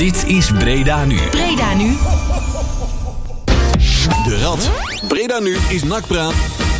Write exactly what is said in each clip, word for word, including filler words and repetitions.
Dit is Breda Nu. Breda Nu. De Rad. Breda Nu is Nakpraat.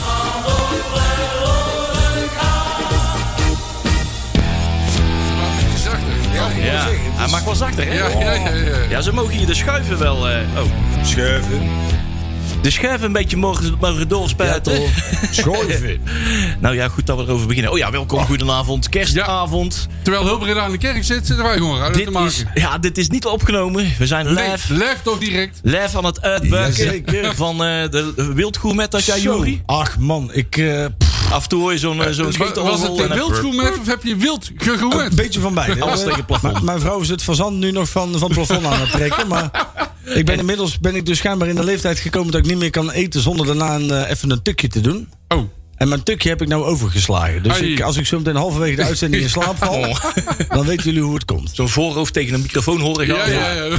Ja, hij mag wel zachter, hè? Ja, ja, ja, ja. Ja, ze mogen hier de schuiven wel... Uh, oh, Schuiven. de schuiven een beetje mogen, mogen doorspuiten. Ja, schuiven. Nou ja, goed dat we erover beginnen. Oh ja, welkom, oh. Goedenavond, kerstavond. Ja. Terwijl heel Breda aan de kerk zit, zitten wij gewoon radio te maken. Is, ja, dit is niet opgenomen. We zijn live. Nee, live toch direct? Live aan het uitbuiken van uh, de wildgourmet als jij, Jori. Ach man, ik... Uh, Af en toe hoor je zo'n uh, zo'n uh, Was het een wildgourmet of heb je wild gegourmet? Een beetje van beide. Alles tegen het plafond. M- mijn vrouw is het fazant nu nog van, van het plafond aan het trekken. Maar ik ben inmiddels ben ik dus schijnbaar in de leeftijd gekomen dat ik niet meer kan eten zonder daarna een, uh, even een tukje te doen. Oh. En mijn tukje heb ik nou overgeslagen. Dus Ai. ik, als ik zo meteen halverwege de uitzending in slaap val, Oh. dan weten jullie hoe het komt. Zo'n voorhoofd tegen een microfoon horen gaan. Ja, ja, ja.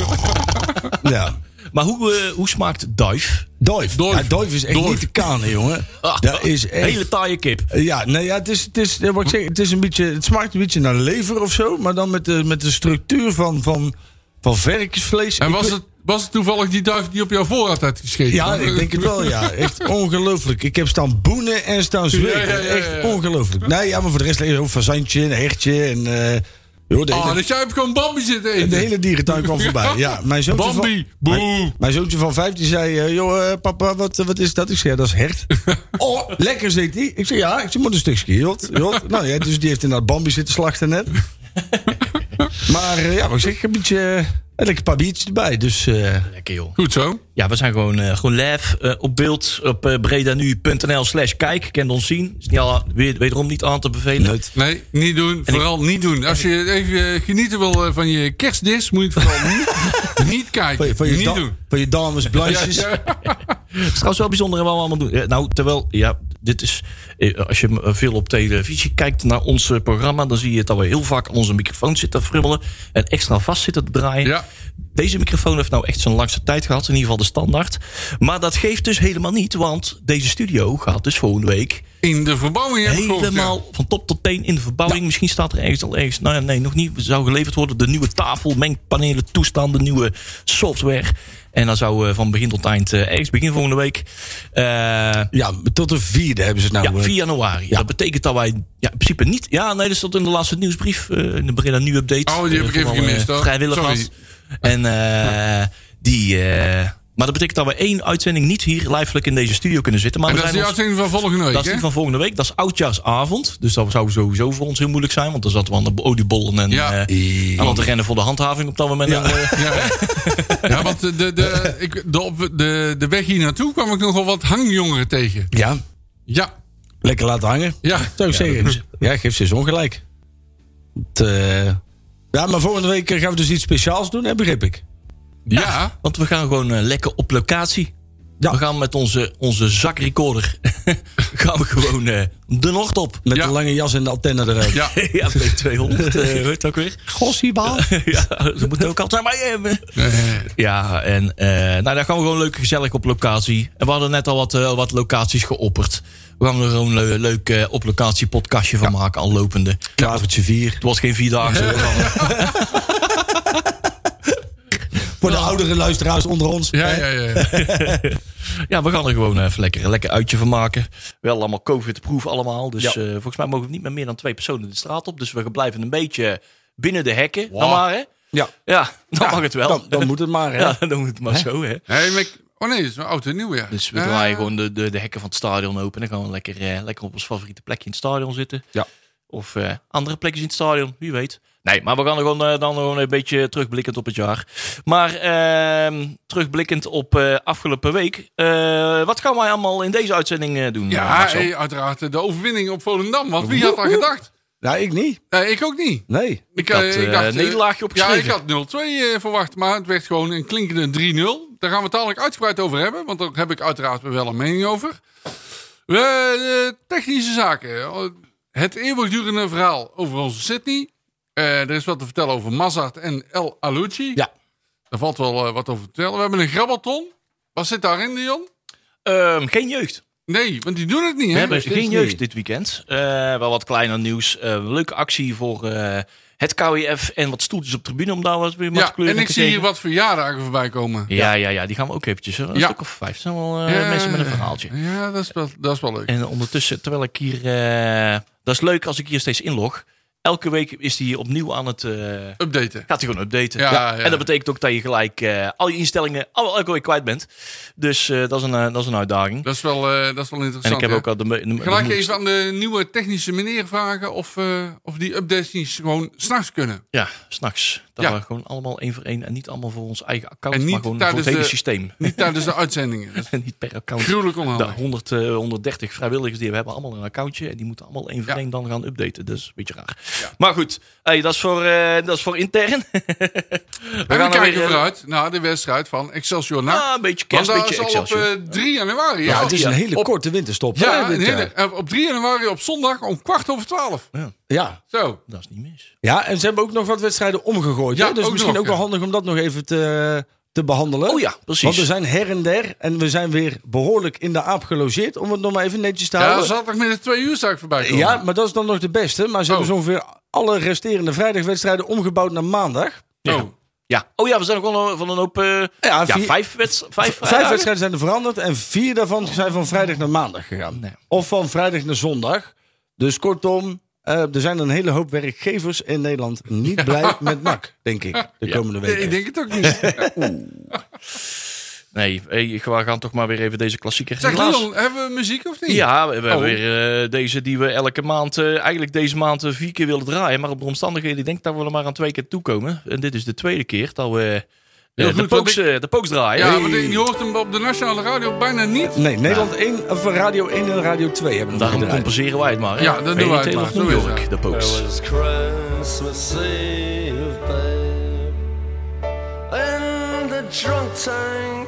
Ja. Maar hoe, uh, hoe smaakt duif? Duif. Duif. Ja, duif is echt Duif. niet te kanen, jongen. Ah, Dat is echt... Hele taaie kip. Ja, nee, ja, het is, het is, wat ik zeg, het is een beetje, het smaakt een beetje naar lever of zo, maar dan met de, met de structuur van, van, van varkensvlees. En Ik was weet- het, was het toevallig die duif die op jouw voorraad had gescheten? Ja, ik denk het wel, ja. Echt ongelooflijk. Ik heb staan boenen en staan zweren. Ja, ja, ja, ja. Echt ongelooflijk. Nee, ja, maar voor de rest een fazantje, een hertje en... Uh, joh, de, Oh, hele, dus jij hebt gewoon Bambi zitten eten. de hele dierentuin kwam voorbij. Ja, mijn zoontje Bambi, van, boe. mijn, mijn zoontje van vijftien zei... Uh, joh, uh, papa, wat, wat is dat? Ik zei, ja, dat is hert. Oh, lekker, zegt hij. Ik zei, ja, ik zei, moet een stukje. Jot, jot. Nou ja, dus die heeft inderdaad Bambi zitten slachten net. Maar uh, ja, wat ik zeg, een beetje... Uh, en een paar biertjes erbij, dus... Uh, Lekker, joh. Goed zo. Ja, we zijn gewoon, uh, gewoon live uh, op beeld op uh, bredanu.nl slash kijk. Kent ons zien. Is niet al, weer, wederom niet aan te bevelen. Leuk. Nee, niet doen. En Vooral niet doen. Als je even genieten wil uh, van je kerstdis, moet je het vooral niet, niet kijken. van je, van je, niet da- doen. van je dames, bluisjes. Ja, ja. Het is trouwens wel bijzonder en wat we allemaal doen. Ja, nou, terwijl, ja, dit is... eh, Als je veel op televisie kijkt naar ons uh, programma... dan zie je dat we heel vaak aan onze microfoon zitten te frummelen... en extra vast zitten te draaien. Ja. Deze microfoon heeft nou echt zijn langste tijd gehad. In ieder geval de standaard. Maar dat geeft dus helemaal niet. Want deze studio gaat dus volgende week... In de verbouwing heb ik gehoord, helemaal ja. van top tot teen in de verbouwing. Ja. Misschien staat er ergens al ergens... Nou ja, nee, nog niet. Zou geleverd worden. De nieuwe tafel, mengpanelen, toestanden, nieuwe software... En dan zou uh, van begin tot eind, uh, ergens begin volgende week... Uh, Ja, tot de vierde hebben ze het nou. ja, uh, vier januari. ja. Dat betekent dat wij ja, in principe niet... Ja, nee, dat stond in de laatste nieuwsbrief. Uh, in de Breda Nu update. Oh, die heb ik uh, even van, gemist, uh, hoor. Vrijwilligers. Sorry. En uh, die... Uh, maar dat betekent dat we één uitzending niet hier livelijk in deze studio kunnen zitten. Maar En we dat is zijn die ons, uitzending van volgende week, dat is hè? die van volgende week. Dat is oudjaarsavond. Dus dat zou sowieso voor ons heel moeilijk zijn. Want dan zaten we aan de oliebollen en Ja. uh, aan het rennen voor de handhaving op dat moment. Ja. En, uh, Ja, ja want de, de, de, ik, de, op de, de weg hier naartoe kwam ik nogal wat hangjongeren tegen. Ja, Ja, lekker laten hangen. ja. Zou ik zeggen. Ja, geef ze eens ongelijk. Het, uh, ja, maar volgende week gaan we dus iets speciaals doen, hè, begreep ik. Ja, Want we gaan gewoon uh, lekker op locatie. Ja. We gaan met onze, onze zakrecorder gaan we gewoon uh, de nocht op. Met Ja. de lange jas en de antenne eruit. ja. Ja, B tweehonderd, uh, weet je ook weer? Gossiebaal. Ja, ze moeten ook altijd maar hebben. Ja, en uh, nou, daar gaan we gewoon leuk gezellig op locatie. En we hadden net al wat, uh, wat locaties geopperd. We gaan er gewoon een leuk uh, op locatie podcastje van maken, al lopende. Klavertje vier. Het was geen vierdaagse. Voor de oudere luisteraars onder ons. Ja, hè? ja, ja. Ja, we gaan er gewoon even lekker, lekker uitje van maken. Wel allemaal covid-proof allemaal. Dus Ja. uh, volgens mij mogen we niet meer meer dan twee personen de straat op. Dus we blijven een beetje binnen de hekken. Wow. Dan maar, hè? Ja. Ja, dan mag het wel. Dan, dan moet het maar, hè. Ja, dan moet het maar zo, hè? Hey, maar ik- oh nee, dat is een oud en nieuw, ja. Dus we Ja. draaien gewoon de, de, de hekken van het stadion open. En dan gaan we lekker, uh, lekker op ons favoriete plekje in het stadion zitten. Ja. Of uh, andere plekjes in het stadion, wie weet. Nee, maar we gaan er gewoon, uh, dan gewoon een beetje terugblikkend op het jaar. Maar uh, terugblikkend op uh, afgelopen week. Uh, wat gaan wij allemaal in deze uitzending uh, doen? uh, Ja, Marcel? hey, uiteraard de overwinning op Volendam. Want wie had dat gedacht? Nou, ik niet. Eh, ik ook niet. Nee. Ik had eh, uh, eh, nederlaagje opgeschreven. Ja, ik had nul twee uh, verwacht, maar het werd gewoon een klinkende drie nul. Daar gaan we het dadelijk uitgebreid over hebben, want daar heb ik uiteraard wel een mening over. Uh, de technische zaken. Het eeuwigdurende verhaal over onze Sydney. Uh, er is wat te vertellen over Mazart en El Alouchi. Ja. Daar valt wel uh, wat over te vertellen. We hebben een grabbelton. Wat zit daarin, Dion? Um, geen jeugd. Nee, want die doen het niet, We hè? hebben steeds geen jeugd niet. dit weekend. Uh, wel wat kleiner nieuws. Uh, leuke actie voor uh, het K W F en wat stoeltjes op tribune om daar wat weer wat Ja, te kleuren en ik te zie hier geven. wat verjaardagen voorbij komen. Ja, ja, ja, die gaan we ook eventjes. Een Ja. stuk of vijf. Dat zijn wel uh, Ja, mensen met een verhaaltje. Ja, dat is wel, dat is wel leuk. En ondertussen, terwijl ik hier... Uh, dat is leuk als ik hier steeds inlog. Elke week is die opnieuw aan het... Uh, Updaten. gaat hij gewoon updaten. Ja, ja. En dat betekent ook dat je gelijk uh, al je instellingen al, elke week kwijt bent. Dus uh, dat, is een, uh, dat is een uitdaging. Dat is wel, uh, dat is wel interessant. En ik heb ja. ook al de... de, de Gelijk de even aan de nieuwe technische meneer vragen of, uh, of die updates niet gewoon 's nachts kunnen. Ja, s'nachts. Dat Ja. we gewoon allemaal één voor één en niet allemaal voor ons eigen account, En niet maar gewoon voor het tijdens hele de- systeem. Niet tijdens de uitzendingen. Dat is En niet per account. gruwelijk De onhandig. honderd, uh, honderddertig vrijwilligers die we hebben allemaal een accountje en die moeten allemaal één voor Ja. één dan gaan updaten. Dat is een beetje raar. Ja. Maar goed, hey, dat, is voor, uh, dat is voor intern. we En we er kijken weer, uh, vooruit naar de wedstrijd van Excelsior N A C. Ah, een beetje Want kerst, een dat beetje is al op Excelsior. uh, drie januari. Ja, Ja, het is ja. een hele Op- korte winterstop. ja, hè, dit een hele, jaar. uh, op drie januari op zondag om kwart over twaalf. Ja. Zo. Dat is niet mis. Ja, en ze hebben ook nog wat wedstrijden omgegooid. Ja, hè? Dus ook misschien nog, ook wel ja. handig om dat nog even te, te behandelen. Oh ja, precies. Want we zijn her en der en we zijn weer behoorlijk in de aap gelogeerd. Om het nog maar even netjes te Ja, houden. zaterdagmiddag twee uur zou ik voorbij komen. Ja, maar dat is dan nog de beste. Maar ze Oh. hebben zo ongeveer alle resterende vrijdagwedstrijden omgebouwd naar maandag. Ja. Oh. Ja. Oh ja, we zijn ook wel van een hoop... Uh, Ja, ja, vier- vijf, wedst- vijf, Vijf wedstrijden zijn er veranderd en vier daarvan zijn van vrijdag naar maandag gegaan. Nee. Of van vrijdag naar zondag. Dus kortom, uh, er zijn een hele hoop werkgevers in Nederland niet blij met N A C, denk ik, de Ja. komende Nee, weken. ik denk het ook niet. Nee, hey, we gaan toch maar weer even deze klassieker. Zeg Helaas- Leon, hebben we muziek of niet? Ja, we, we hebben Oh. weer uh, deze die we elke maand, uh, eigenlijk deze maand uh, vier keer willen draaien. Maar op de omstandigheden, ik denk dat we er maar aan twee keer toekomen. En dit is de tweede keer dat we uh, Heel de, goed, pokes, want uh, de pokes draaien. Ja, want je hoort hem op de nationale radio bijna niet. Nee, Nederland één, of Radio één en Radio twee hebben hem Daarom gedraaid. compenseren wij het maar. Hè? Ja, dat doen wij het Fairy maar, Tale of zo New is York, het. de pokes. There was Christmas Eve, babe, in the drunk tank.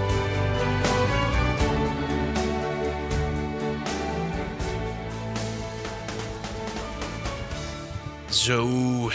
Zo.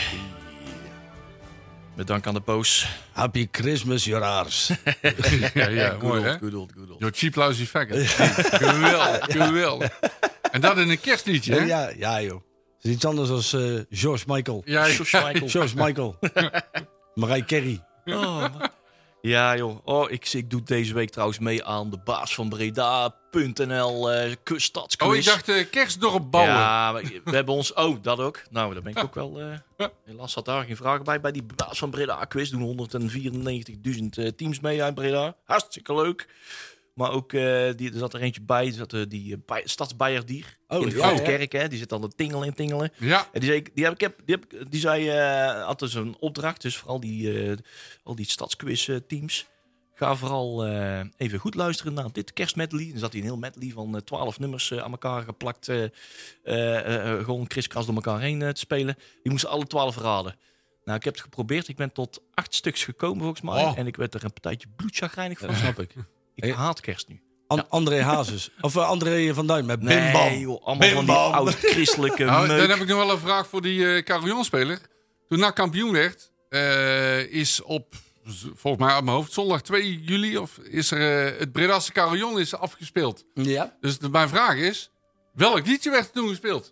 Met dank aan de poos. Happy Christmas, Joraars. Ja, ja, mooi hè? Good old, good old. Your cheap lousy faggot. Geweldig, geweldig. En dat in een kerstliedje, hè? Ja, ja, joh. Het is iets anders als uh, George Michael. Ja, ja. George Michael. George Michael. Mariah Carey. Oh, man. Ja, joh. Oh, ik, ik doe deze week trouwens mee aan de baas van Breda punt n l uh, stadsquiz. Oh, ik dacht uh, kerstdorp bouwen. Ja, we, we hebben ons... Oh, dat ook. Nou, daar ben ik ook wel... Uh, helaas zat daar geen vragen bij. Bij die baas van Breda quiz doen honderdvierennegentigduizend uh, teams mee uit Breda. Hartstikke leuk. Maar ook, uh, die, er zat er eentje bij. Er zat uh, die uh, bij, stadsbijerdier. Oh, in de ja, Grote ja. Kerk, hè. Die zit dan te tingelen en tingelen. Ja. En die zei, die heb ik, heb, die, heb, die zei, uh, had dus een opdracht, dus vooral die, uh, al die stadsquiz uh, teams. Ga vooral uh, even goed luisteren naar dit kerstmedley. Dan zat hij een heel medley van twaalf uh, nummers uh, aan elkaar geplakt. Uh, uh, uh, gewoon kriskras door elkaar heen uh, te spelen. Die moesten alle twaalf raden. Nou, ik heb het geprobeerd. Ik ben tot acht stuks gekomen volgens mij. Oh. En ik werd er een partijtje bloedchagrijnig van. Dat snap ik. Ik haat kerst nu. An- André Hazes. Of uh, André van Duin met Nee, Bim Bam. joh, allemaal Bim van die Bam. oud-christelijke Nou, meuk. dan heb ik nog wel een vraag voor die uh, carillonspeler. Toen N A C kampioen werd, uh, is op, volgens mij uit mijn hoofd, zondag twee juli... of is er uh, het Breda's carillon is afgespeeld. Ja. Dus de, mijn vraag is, welk liedje werd er toen gespeeld?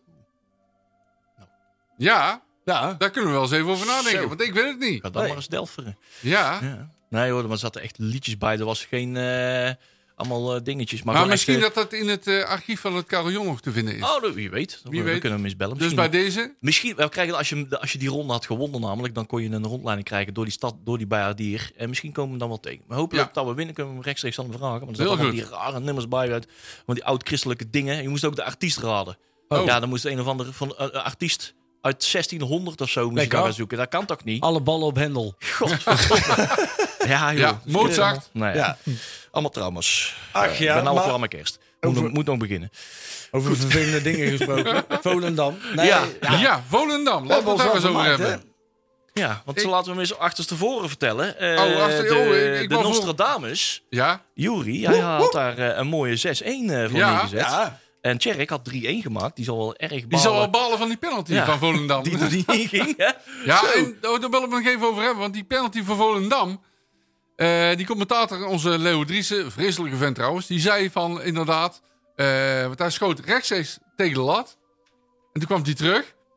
Nou. Ja, Ja. daar kunnen we wel eens even over nadenken, Zo. want ik weet het niet. Ga dan Nee. maar eens delveren. Ja, Ja. Nee hoor, maar er zaten echt liedjes bij. Er was geen uh, allemaal uh, dingetjes. Maar, maar gewoon misschien echt, uh, dat dat in het uh, archief van het carillon nog te vinden is. Oh, dat- wie weet. Wie we weet. kunnen hem eens bellen. dus Misschien, bij deze, misschien we krijgen, als, je, als je die ronde had gewonnen namelijk, dan kon je een rondleiding krijgen door die stad, door die Bijaardier. En misschien komen we hem dan wel tegen. Maar hopelijk Ja. dat we winnen, kunnen we hem rechtstreeks aan hem vragen. Want er Heel zaten allemaal goed. die rare nummers bij uit. Want die oud-christelijke dingen. Je moest ook de artiest raden. Oh. Ja, dan moest een of andere van, uh, artiest uit zestienhonderd of zo moest je Lekker. daar gaan zoeken. Dat kan toch niet? Alle ballen op Hendel. Godverdomme. Ja, joh. Ja, Mozart. Nee, Ja. Allemaal trauma's. Ach Ik ja, ben al maar klaar met kerst. Moet, over- nog, moet nog beginnen. over vervelende dingen gesproken. Volendam. Nee, Ja. ja, Volendam, we laten we hebben het ons daar wel eens over vermaakt, hebben. hè? Ja, want Ik- zo laten we hem eens achterstevoren vertellen. Eh, Oh, achter- de oh, ik- ik de wou voor- Nostradamus, Ja, Juri, hij had daar eh, een mooie zes één eh, voor Ja. neergezet. Ja. En Tjerk had drie één gemaakt. Die zal wel erg balen. die zal wel balen van die penalty Ja. van Volendam. Die er niet in ging, hè? Ja, Zo. en oh, daar wil ik nog even over hebben. Want die penalty voor Volendam... Uh, die commentator, onze Leo Driessen, vreselijke vent trouwens... die zei van inderdaad... Uh, want hij schoot rechtstreeks tegen de lat. En toen kwam hij terug.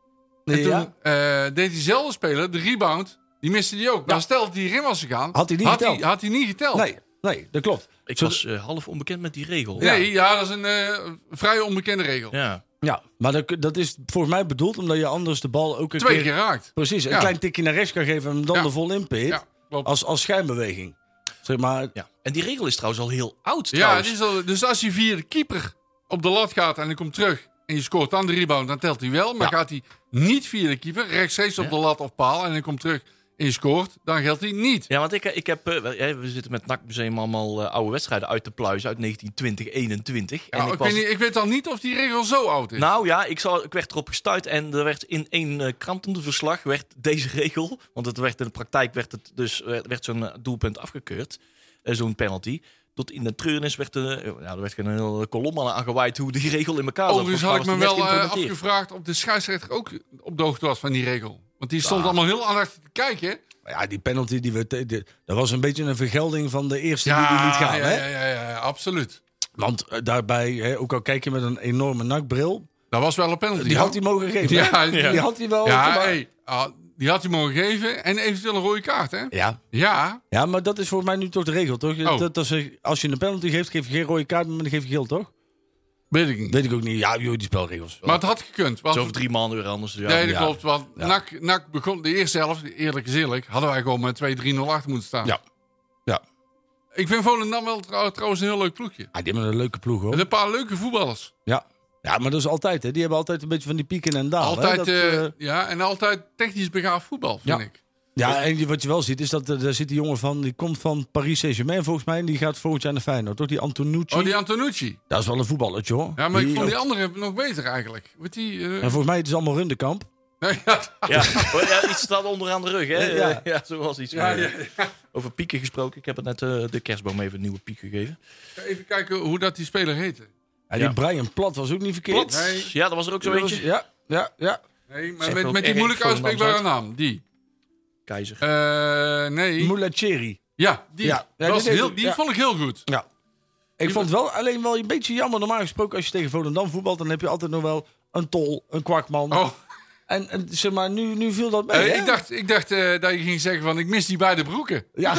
En Ja. toen uh, deed diezelfde speler, de rebound, die miste die ook. Ja. Maar stel dat hij erin was gegaan, Had hij niet had, geteld. hij, had hij niet geteld. Nee, nee, dat klopt. Ik Zo- was uh, half onbekend met die regel. Nee, ja, dat is een uh, vrij onbekende regel. Ja. Ja, maar dat, dat is volgens mij bedoeld omdat je anders de bal ook een Twee keer... keer raakt. Precies, een Ja. klein tikje naar rechts kan geven en hem dan Ja. er vol in peert. Ja, klopt. Als, als schijnbeweging. Zeg maar, Ja. En die regel is trouwens al heel oud Ja, trouwens. het is al, dus als je via de keeper op de lat gaat en hij komt terug en je scoort dan de rebound, dan telt hij wel. Maar Ja. gaat hij niet via de keeper, rechtstreeks op Ja. de lat of paal en hij komt terug en je scoort, dan geldt hij niet. Ja, want ik, ik heb, uh, we zitten met N A C Museum allemaal uh, oude wedstrijden uit te pluizen uit negentien twintig eenentwintig. Ja, en ik, ik was, weet niet, ik weet dan niet of die regel zo oud is. Nou ja, ik, zal, ik werd erop gestuurd en er werd in één uh, krantenverslag werd deze regel, want het werd in de praktijk werd het dus uh, werd zo'n uh, doelpunt afgekeurd, uh, zo'n penalty. Tot in de treurnis werd er, uh, ja, er werd een hele kolom aan gewaaid hoe die regel in elkaar zat. Overigens had ik me Volgens mij wel was die uh, net geïmplementeerd. afgevraagd of de scheidsrechter ook op de hoogte was van die regel. Want die stond Ja. allemaal heel aandachtig te kijken. ja, die penalty, die we te- die- dat was een beetje een vergelding van de eerste die die liet gaan. ja, hè? ja, ja, ja, ja, absoluut. Want uh, daarbij, hè, ook al kijk je met een enorme nakbril, Dat was wel een penalty. die hoor. had hij mogen geven. Ja, hè? ja. Die had hij wel. Ja, maar- hey, ah, die had hij mogen geven en eventueel een rode kaart, hè? ja. Ja, ja, maar dat is volgens mij nu toch de regel, toch? Oh. Dat, dat is, als je een penalty geeft, geef je geen rode kaart, maar dan geef je geel, toch? weet ik niet. Weet ik ook niet. Ja, joh, die spelregels. Maar het had gekund. Want, Zo over drie maanden weer anders. Ja. nee, dat ja. klopt. Want Ja. N A C, N A C begon de eerste helft, eerlijk is eerlijk, hadden wij gewoon met twee drie nul achter moeten staan. Ja. Ja. Ik vind Volendam wel trouw- trouwens een heel leuk ploegje. Ah, die hebben een leuke ploeg, hoor. Met een paar leuke voetballers. Ja. Ja, maar dat is altijd, hè. Die hebben altijd een beetje van die pieken en dalen. Altijd, hè. Dat, eh, eh, ja, en altijd technisch begaafd voetbal, vind Ja. ik. ja, en die- wat je wel ziet, is dat er daar zit die jongen van, die komt van Paris Saint-Germain, volgens mij. En die gaat volgend jaar naar Feyenoord, toch? Die Antonucci. Oh, die Antonucci. Dat is wel een voetballertje, hoor. Ja, maar ik Die vond die ook- andere nog beter eigenlijk. Weet die, eh, En volgens mij het is allemaal Rundekamp. nee, ja, Ja, oh, ja, iets staat onderaan de rug, hè? Ja. Ja, ja zoals iets. ja, van- ja. Over pieken gesproken. Ik heb het net uh, de kerstboom even een nieuwe piek gegeven. Even kijken hoe dat die speler heette. Ja, die Ja. Brian Plat was ook niet verkeerd. Plat. Nee. Ja, dat was er ook zo Dat was- eentje. Ja, ja, ja. Nee, maar Zegt met, ook met die erg moeilijk Volendams uitspreekbare uit. naam. Die. Keizer. Eh, nee. Mulacheri. Ja, die. Ja. Ja, Dat was die deed- heel, die ja. vond ik heel goed. Ja. Ik vond het wel alleen wel een beetje jammer. Normaal gesproken, als je tegen Volendam voetbalt, dan heb je altijd nog wel een tol, een kwakman. Oh, En, en zeg maar, nu, nu viel dat mee. eh, hè? ik dacht, ik dacht eh, dat je ging zeggen van ik mis die beide broeken. Ja,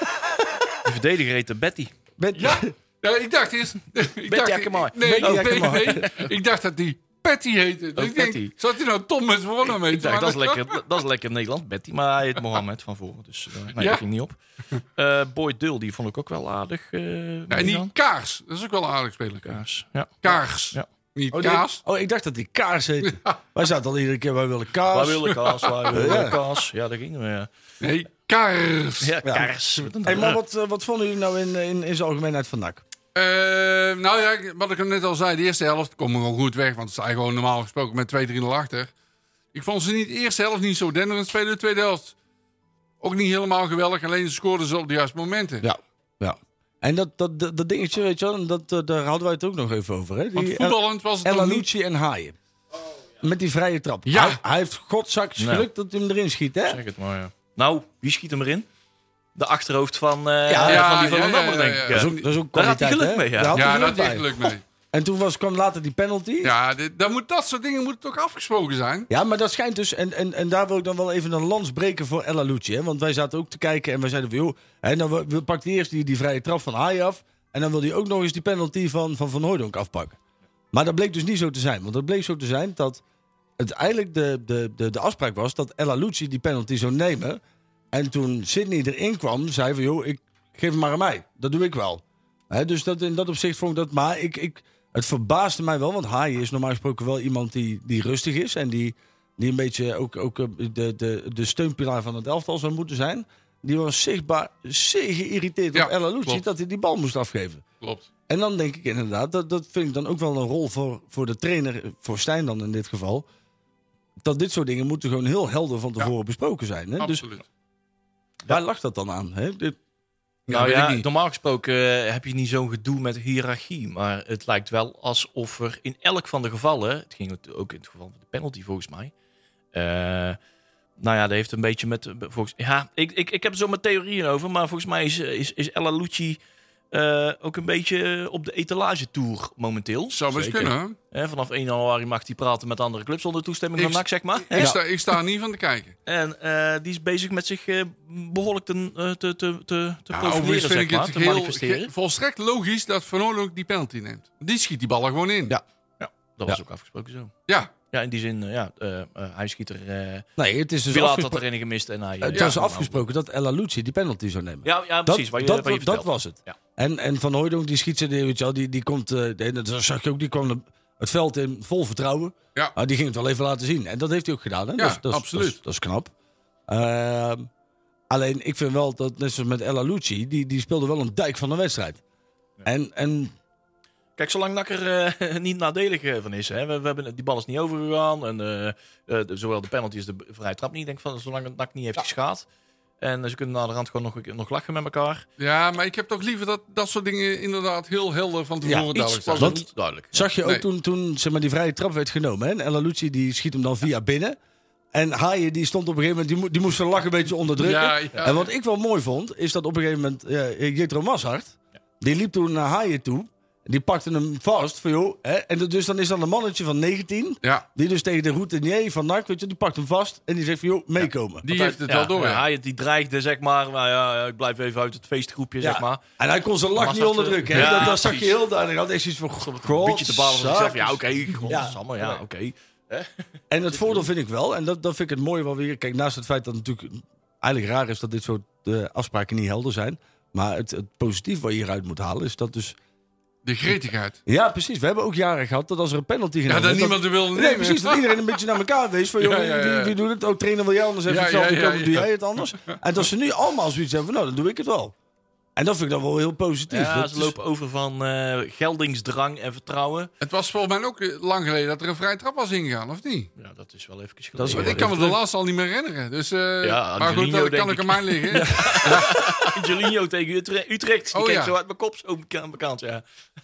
De verdediger heette Betty. met, Ja. Ja, ik dacht eerst... ik dacht, Akkerman. Nee, Betty nee, Akkerman. nee. Ik dacht dat die Patty heette. Dus Oh, ik denk, Patty. zat hij nou Tom met zijn voornaam Ik heten? dacht, Maar dat is lekker, dat is lekker Nederland, Betty. Maar hij heet Mohammed van voren. Dus uh, nee, Ja. dat ging niet op. Uh, Boy Dul, die vond ik ook wel aardig. Uh, Ja, en die Kaars, dat is ook wel een aardig speler. Kaars. Ja. Kaars. Ja. Niet oh, die- Kaas. oh, ik dacht dat die kaars heette. Wij zaten al iedere keer, wij willen kaas. Wij willen kaas, wij willen Ja. kaas. Ja, daar gingen we. Ja, Nee, Kaars. ja kaars. Met een- Hey, maar wat, eh, wat vonden jullie nou in, in, in zijn algemeenheid van N A C? Eh, nou ja, wat ik net al zei, de eerste helft komen we gewoon goed weg. Want ze zijn gewoon normaal gesproken met twee drie nul achter. Ik vond ze niet de eerste helft niet zo denderend spelen. De tweede helft ook niet helemaal geweldig. Alleen ze scoorden ze op de juiste momenten. Ja, ja. En dat, dat, dat, dat dingetje, weet je wel, dat, eh, daar hadden wij het ook nog even over. Hè? Want Die voetballend was het El nog niet... Alucci en Haaien. Met die vrije trap. Ja. Hij, hij heeft godzakjes Nou. geluk dat hij hem erin schiet, hè? Zeg het maar, ja. Nou, wie schiet hem erin? De achterhoofd van, uh, Ja, ja, van die ja, van ja, de ja, denk ja. ik. Dat is Ja. ook, dat is ook Daar had hij kwaliteit, geluk hè? mee, ja. Daar had hij Ja, geluk dat heeft bij. geluk mee. En toen was, kwam later die penalty. Ja, dit, dat, moet, dat soort dingen moeten toch afgesproken zijn? Ja, maar dat schijnt dus... En, en, en daar wil ik dan wel even een lans breken voor El Alucci. Hè? Want wij zaten ook te kijken en wij zeiden van... joh, hè, dan we, we pakt hij eerst die, die vrije trap van Haaien af... en dan wil hij ook nog eens die penalty van Van, van Hooijdonk afpakken. Maar dat bleek dus niet zo te zijn. Want het bleek zo te zijn dat het eigenlijk de, de, de, de afspraak was... dat El Alucci die penalty zou nemen. En toen Sidney erin kwam, zei van... joh, ik geef hem maar aan mij. Dat doe ik wel. Hè, dus dat, in dat opzicht vond ik dat... Maar ik... ik het verbaasde mij wel, want Haaien is normaal gesproken wel iemand die, die rustig is. En die, die een beetje ook, ook de, de, de steunpilaar van het elftal zou moeten zijn. Die was zichtbaar zeer geïrriteerd Ja, op El Alucci klopt. dat hij die bal moest afgeven. Klopt. En dan denk ik inderdaad, dat, dat vind ik dan ook wel een rol voor, voor de trainer, voor Stijn dan in dit geval. Dat dit soort dingen moeten gewoon heel helder van tevoren Ja. besproken zijn. Hè? Dus Absoluut. waar lag dat dan aan? Hè? Dit- Nou weet ja, ik niet. normaal gesproken uh, heb je niet zo'n gedoe met hiërarchie. Maar het lijkt wel alsof er in elk van de gevallen... Het ging het ook in het geval van de penalty volgens mij... Uh, nou ja, dat heeft een beetje met... Volgens, ja, ik, ik, ik heb er zo mijn theorieën over. Maar volgens mij is, is, is El Alucci... uh, ook een beetje op de etalage-tour momenteel. Zou best Zeker. kunnen, hè? Hè, vanaf één januari mag hij praten met andere clubs onder toestemming Ik- van N A C, zeg maar. Ik, Ja. sta, ik sta er niet van te kijken. En uh, die is bezig met zich uh, behoorlijk te, uh, te, te, te, te Ja, profileren, overigens zeg vind ik maar, het te heel, manifesteren. ge- volstrekt logisch dat Van Hooydonk die penalty neemt. Die schiet die ballen gewoon in. Ja. Dat was Ja. ook afgesproken zo. Ja. Ja, in die zin, uh, ja, uh, uh, hij schiet er... Uh, Nee, het is dus Pilaat had afgespro- erin gemist en hij... het ja, was nou, afgesproken dat El Alouci die penalty zou nemen. Ja, ja Dat, precies. Wat je, dat, wat je dat vertelt. was het. Ja. En, en Van Hooydonk die schiet ze, die, weet je wel, die, die komt, uh, nee, dat zag je ook, die kwam de- het veld in vol vertrouwen. Ja. Maar die ging het wel even laten zien. En dat heeft hij ook gedaan. Hè? Ja, dat, is- dat, is- absoluut. Dat is, dat is knap. Ehm, alleen, ik vind wel dat, net zoals met El Alouci, die, die speelde wel een dijk van de wedstrijd. En, en Kijk, zolang N A C er uh, niet nadelig uh, van is. Hè. We, we hebben, die bal is niet overgegaan. En uh, uh, de, zowel de penalty als de vrije trap niet. Ik denk van, zolang het N A C niet heeft geschaad. En uh, ze kunnen naar de rand gewoon nog, nog lachen met elkaar. Ja, maar ik heb toch liever dat dat soort dingen inderdaad heel helder van tevoren Ja, duidelijk Iets zijn. was Want- er niet duidelijk. zag je ook Nee. toen, toen zeg maar, die vrije trap werd genomen. Hè? En El Alouci die schiet hem dan via binnen. En Haaien die stond op een gegeven moment, die, mo- die moest zijn lach een beetje onderdrukken. Ja, ja. En wat ik wel mooi vond, is dat op een gegeven moment uh, Jetro Mazart, die liep toen naar Haaien toe. Die pakte hem vast van joh. Hè? En dat- dus dan is dan een mannetje van negentien. Ja, Die dus tegen de routinier van N A C, weet je, die pakt hem vast. En die zegt van joh, meekomen. die Want heeft het hij- wel door. Ja, Ja. hij die dreigde, zeg maar. Nou ja, ik blijf even uit het feestgroepje, Ja. zeg maar. En hij kon zijn lach Mazart, niet onderdrukken. Hè? ja, dat, dat zag je precies. heel duidelijk. Hij had echt zoiets van, Een beetje te balen van zichzelf. Ja, oké. Ja. Godsamme, ja, oké. En het voordeel vind ik wel, en dat, dat vind ik het mooie wel weer. Kijk, naast het feit dat het natuurlijk eigenlijk raar is dat dit soort uh, afspraken niet helder zijn. Maar het, het positief wat je hieruit moet halen is dat dus... De gretigheid. Ja, precies. We hebben ook jaren gehad dat als er een penalty Ja, genomen dat werd, niemand er wilde nemen. Nee, precies. Dat iedereen een beetje naar elkaar wees. Van, joh, Ja, ja, ja. Wie, wie doet het? Oh, trainer wil jij anders even Ja, hetzelfde ja, ja, komen, doe ja. jij het anders? En dat ze nu allemaal zoiets hebben van, nou, dan doe ik het wel. En dat vind ik dan wel heel positief. Ja, Dat ze is- lopen over van uh, geldingsdrang en vertrouwen. Het was volgens mij ook eh, lang geleden dat er een vrije trap was ingegaan, of niet? Ja, dat is wel even Dat is geleden. wel Want ik kan me de laatste al niet meer herinneren. Dus, uh, Ja, maar goed, Angelino, dat kan denk ik aan ik. mij liggen. Angelino tegen Utre- Utrecht. Die Oh, keek ja. zo uit mijn kop, zo bekend, bekend ja.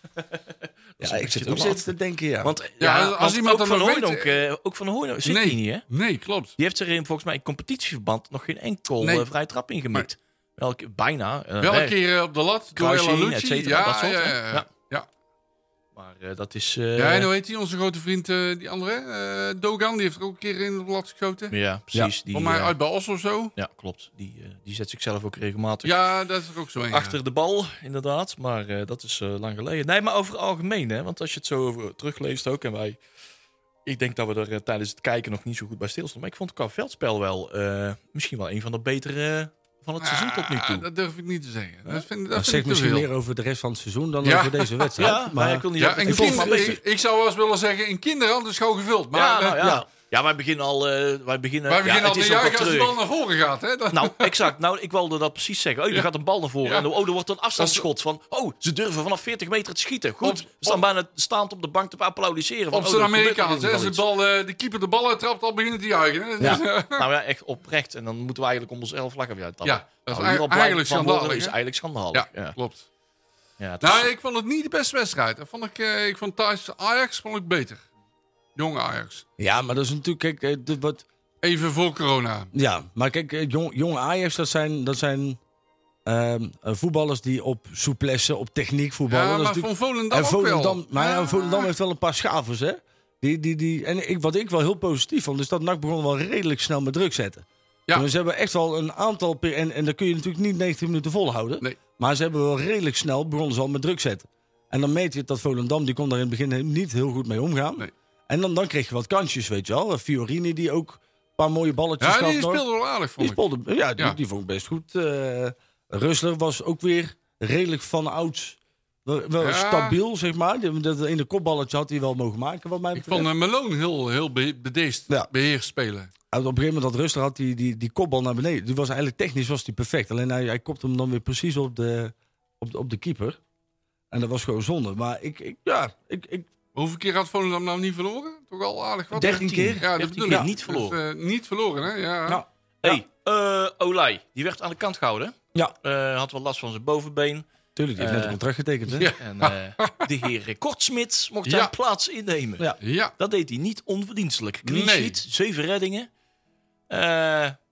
Ja, ik zit te ook laat. zitten te denken, ja. Want, Ja, ja, als want iemand ook dan van nog Hooydonk, weet, uh, ook van Hooydonk zit nee, hij niet, hè? nee, klopt. Die heeft er in, volgens mij in competitieverband nog geen enkel Nee. uh, vrije trap ingemikt. Welke, bijna. Uh, Wel hè, een keer eh, op de lat door El kruising, et Alouci. cetera, Ja, dat soort, ja, hè? ja, ja. Ja. ja. Maar uh, dat is... Uh, Ja, en hoe heet die? Onze grote vriend, uh, die andere, uh, Dogan, die heeft er ook een keer in op de lat geschoten. ja, precies. Ja. Die, Voor mij uh, uit bij Os of zo. ja, klopt. Die, uh, die zet zichzelf ook regelmatig Ja, dat is er ook zo een. achter de bal, inderdaad. Maar uh, dat is uh, lang geleden. Nee, maar over het algemeen, hè. Want als je het zo over terugleest ook, en wij... Ik denk dat we er uh, tijdens het kijken nog niet zo goed bij stilstonden. Maar ik vond het qua veldspel wel uh, misschien wel een van de betere van het seizoen tot nu toe. Ah, dat durf ik niet te zeggen. Dat vind, dat dat vind zegt ik te misschien veel. meer over de rest van het seizoen dan Ja. over deze wedstrijd. Ja, maar ik wil niet Ja, zeggen en dat het kind, vol van- ik, ik zou wel eens willen zeggen, in kinderhand is gewoon gevuld. Maar ja, eh, nou, ja. ja. ja, wij beginnen al. Uh, wij beginnen, wij ja, beginnen het al is te ook juichen wel als de terug. bal naar voren gaat. Hè? Dat- Nou, exact. Nou, ik wilde dat precies zeggen. Oh, er Ja. gaat een bal naar voren. Ja. En oh, er wordt een afstandsschot van. Oh, ze durven vanaf veertig meter te schieten. Goed. Op- We staan op- bijna staand op de bank te applaudisseren. Van, Op oh, zijn er gebeurt Amerikaans. in Hè? ieder Als de, geval bal, eh, de keeper de bal uittrapt, al beginnen te juichen. Hè? Ja. Dus, eh, iets. Nou ja, echt oprecht. En dan moeten we eigenlijk om onszelf vlaggen weer uittappen. Ja, dat is Nou, hier al blij eigenlijk van schandalig, worden is hè? eigenlijk schandalig. ja, Ja, ja. klopt. Ja, het is- Nou, ik vond het niet de beste wedstrijd. Dat vond ik, eh, ik vond thuis Ajax vond ik beter. Jonge Ajax. Ja, maar dat is natuurlijk, kijk, eh, de- wat, Even voor corona. ja, maar kijk, eh, jong, jonge Ajax, dat zijn, dat zijn ehm, eh, voetballers die op souplesse, op techniek voetballen. Ja, Dat is maar natuurlijk- van Volendam en ook Volendam, wel. maar ja, Ja. Volendam heeft wel een paar schavers, hè? Die, die, die, en ik, wat ik wel heel positief vond, is dat N A C begon wel redelijk snel met druk zetten. Ja. Dus ze hebben echt wel een aantal... per- En, en dan kun je natuurlijk niet negentig minuten volhouden. Nee. Maar ze hebben wel redelijk snel begonnen ze al met druk zetten. En dan meet je dat Volendam, die kon daar in het begin niet heel goed mee omgaan. Nee. En dan, dan kreeg je wat kansjes, weet je wel. Fiorini die ook een paar mooie balletjes Ja, gaf die nog. speelde wel aardig, vond Die ik. speelde, ja, die, Ja. die vond ik best goed. Uh, Rustler was ook weer redelijk van ouds. Wel, wel Ja. stabiel, zeg maar. Die- Dat in de kopballetje had hij wel mogen maken, wat mij Ik betreft. vond uh, Malone heel, heel be- bedeesd, Ja. beheerst spelen. En op een gegeven moment dat Rustler had die, die, die kopbal naar beneden. Die was eigenlijk technisch was die perfect. Alleen hij, hij kopte hem dan weer precies op de, op de, op de keeper. En dat was gewoon zonde. Maar ik, ik ja, ik, ik, Hoeveel keer had Volendam nou niet verloren? Toch al aardig wat? dertien keer. Ja, dat dertien bedoel keer ik. niet verloren. Dus, uh, niet verloren, hè? Ja. Nou, Hey, eh, Olij, die werd aan de kant gehouden. ja, Eh, had wel last van zijn bovenbeen. tuurlijk. Die heeft net Eh, een contract getekend, hè? Ja. En eh, de heer Kortsmit mocht Ja. zijn plaats innemen. Ja. Ja. Dat deed hij niet onverdienstelijk. Clean Nee. sheet, zeven reddingen. Eh,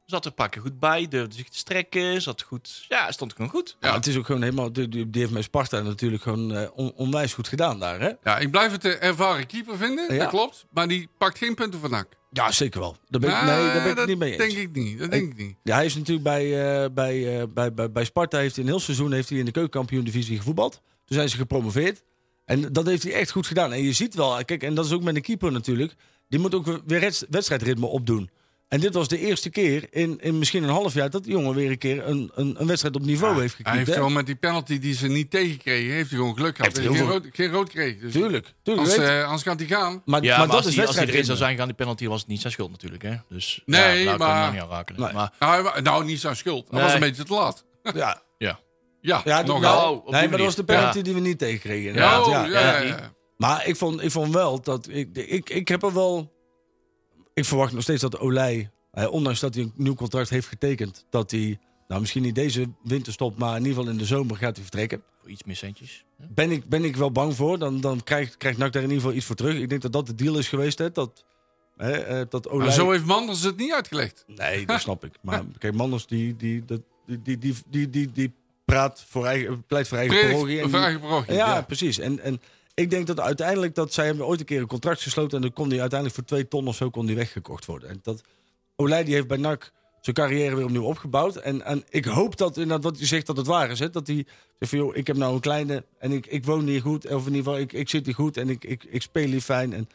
Zat er een paar keer goed bij, durfde zich te strekken, zat goed. Ja, stond gewoon goed. Ja, het is ook gewoon helemaal... Die, die heeft met Sparta natuurlijk gewoon uh, on, onwijs goed gedaan daar, hè? Ja, ik blijf het de ervaren keeper vinden, Ja. dat klopt. Maar die pakt geen punten van N A C. Ja, zeker wel. Daar ben ik, Nou, nee, daar ben ik het dat niet mee eens. denk ik niet. Dat denk ik niet. Ja, hij is natuurlijk bij, uh, bij, uh, bij, bij, bij Sparta heeft hij een heel seizoen heeft hij in de keukenkampioen-divisie gevoetbald. Toen zijn ze gepromoveerd. En dat heeft hij echt goed gedaan. En je ziet wel, kijk, en dat is ook met een keeper natuurlijk. Die moet ook weer reds- wedstrijdritme opdoen. En dit was de eerste keer in, in misschien een half jaar dat die jongen weer een keer een, een, een wedstrijd op niveau Ja, heeft gekiept. hij heeft hè? gewoon met die penalty die ze niet tegenkregen, heeft hij gewoon geluk gehad. Heeft Dat hij heel geen, veel- rood, geen rood kreeg. Dus Tuurlijk, tuurlijk. Anders, weet- uh, anders gaat hij gaan. maar, Ja, maar, maar, dat als, is hij, als hij erin zou wedstrijdritme. zijn gaan, die penalty was het niet zijn schuld natuurlijk. Hè? Dus Nee, ja, daar maar- kan je nog niet aan rakelen. Nee. Maar Nou, hij wa- nou, niet zijn schuld. Hij Nee. was een beetje te laat. Ja, ja, Ja, ja nogal. nou, Oh, op die nee, maar dat was de manier. penalty Ja. die we niet tegenkregen. Ja, inderdaad. oh, ja, ja, ja. ja, ja. Maar ik vond, ik vond wel dat... Ik, ik, ik heb er wel... Ik verwacht nog steeds dat Olij, eh, ondanks dat hij een nieuw contract heeft getekend, dat hij, nou misschien niet deze winter stopt, maar in ieder geval in de zomer gaat hij vertrekken. voor iets meer centjes. Ja. Ben ik, ben ik wel bang voor. Dan, dan krijgt, krijgt N A C daar in ieder geval iets voor terug. Ik denk dat dat de deal is geweest. Hè, dat, hè, eh, dat Olij... Maar zo heeft Manders het niet uitgelegd. Nee, dat snap ik. Maar kijk, Manders die, die, die, die, die, die, die, die, die praat voor eigen, pleit voor eigen parochie. en Predik, die- vraag je parochie. Ja, Ja. precies. En, en ik denk dat uiteindelijk dat zij hebben ooit een keer een contract gesloten en dan kon die uiteindelijk voor twee ton of zo kon die weggekocht worden. En dat Olij die heeft bij N A C zijn carrière weer opnieuw opgebouwd. En, en ik hoop dat inderdaad wat hij zegt dat het waar is. Hè? Dat hij zegt van joh, ik heb nou een kleine en ik, ik woon hier goed. Of in ieder geval, ik, ik zit hier goed en ik, ik, ik speel hier fijn. En...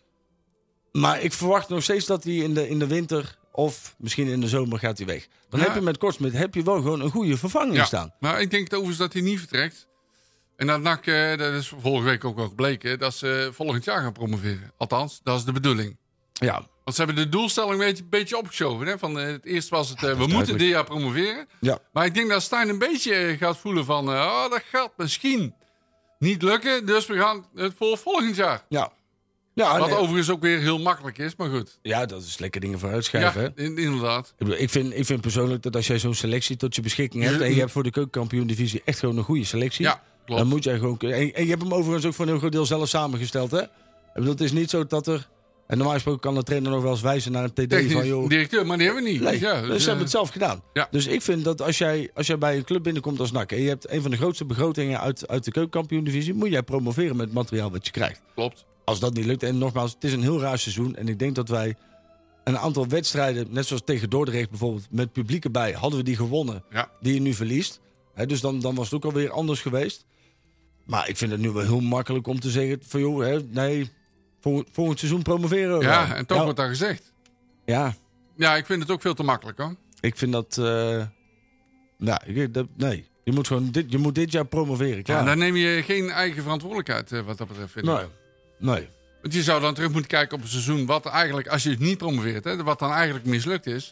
Maar ik verwacht nog steeds dat hij in de, in de winter of misschien in de zomer gaat hij weg. Dan Ja. heb je met Kortsmit heb je wel gewoon een goede vervanging Ja, staan. maar ik denk overigens dat hij niet vertrekt. En dat N A C, eh, dat is vorige week ook wel gebleken, dat ze volgend jaar gaan promoveren. Althans, dat is de bedoeling. Ja, Want ze hebben de doelstelling een beetje, een beetje opgeschoven. Hè? Van, eh, het eerst was het, eh, we moeten duidelijk. dit jaar promoveren. ja. Maar ik denk dat Stijn een beetje eh, gaat voelen van, eh, oh, dat gaat misschien niet lukken. Dus we gaan het voor volgend jaar. Ja. Ja, Wat nee. overigens ook weer heel makkelijk is, maar goed. ja, dat is lekker dingen vooruit schuiven. Ja, hè? in- inderdaad. Ik, bedoel, ik, vind, ik vind persoonlijk dat als jij zo'n selectie tot je beschikking hebt en je hebt voor de keukenkampioen-divisie echt gewoon een goede selectie, Ja, klopt. dan moet jij gewoon kunnen. En, en je hebt hem overigens ook voor een heel groot deel zelf samengesteld, hè? Ik bedoel, het is niet zo dat er. En normaal gesproken kan de trainer nog wel eens wijzen naar een T D van Technisch joh. directeur, maar die hebben we niet. Nee, ja, dus dus, ze hebben eh, het zelf gedaan. ja. Dus ik vind dat als jij, als jij bij een club binnenkomt als N A C en je hebt een van de grootste begrotingen uit, uit de keukenkampioen-divisie, moet jij promoveren met het materiaal wat je krijgt. Klopt. Als dat niet lukt, en nogmaals, het is een heel raar seizoen. En ik denk dat wij een aantal wedstrijden, net zoals tegen Dordrecht bijvoorbeeld, met publiek erbij, hadden we die gewonnen, Ja. die je nu verliest. Hè, dus dan, dan was het ook alweer anders geweest. Maar ik vind het nu wel heel makkelijk om te zeggen van joh, hè, nee, vol, volgend seizoen promoveren we Ja, wel. en toch ja, wordt dat gezegd. ja, Ja, ik vind het ook veel te makkelijk hoor. ik vind dat, uh, nou, ik, dat, nee. Je moet gewoon dit, je moet dit jaar promoveren, Ja, klaar. dan neem je geen eigen verantwoordelijkheid eh, wat dat betreft. Vind ik. nee, nee. Want je zou dan terug moeten kijken op een seizoen wat eigenlijk, als je het niet promoveert, hè, wat dan eigenlijk mislukt is.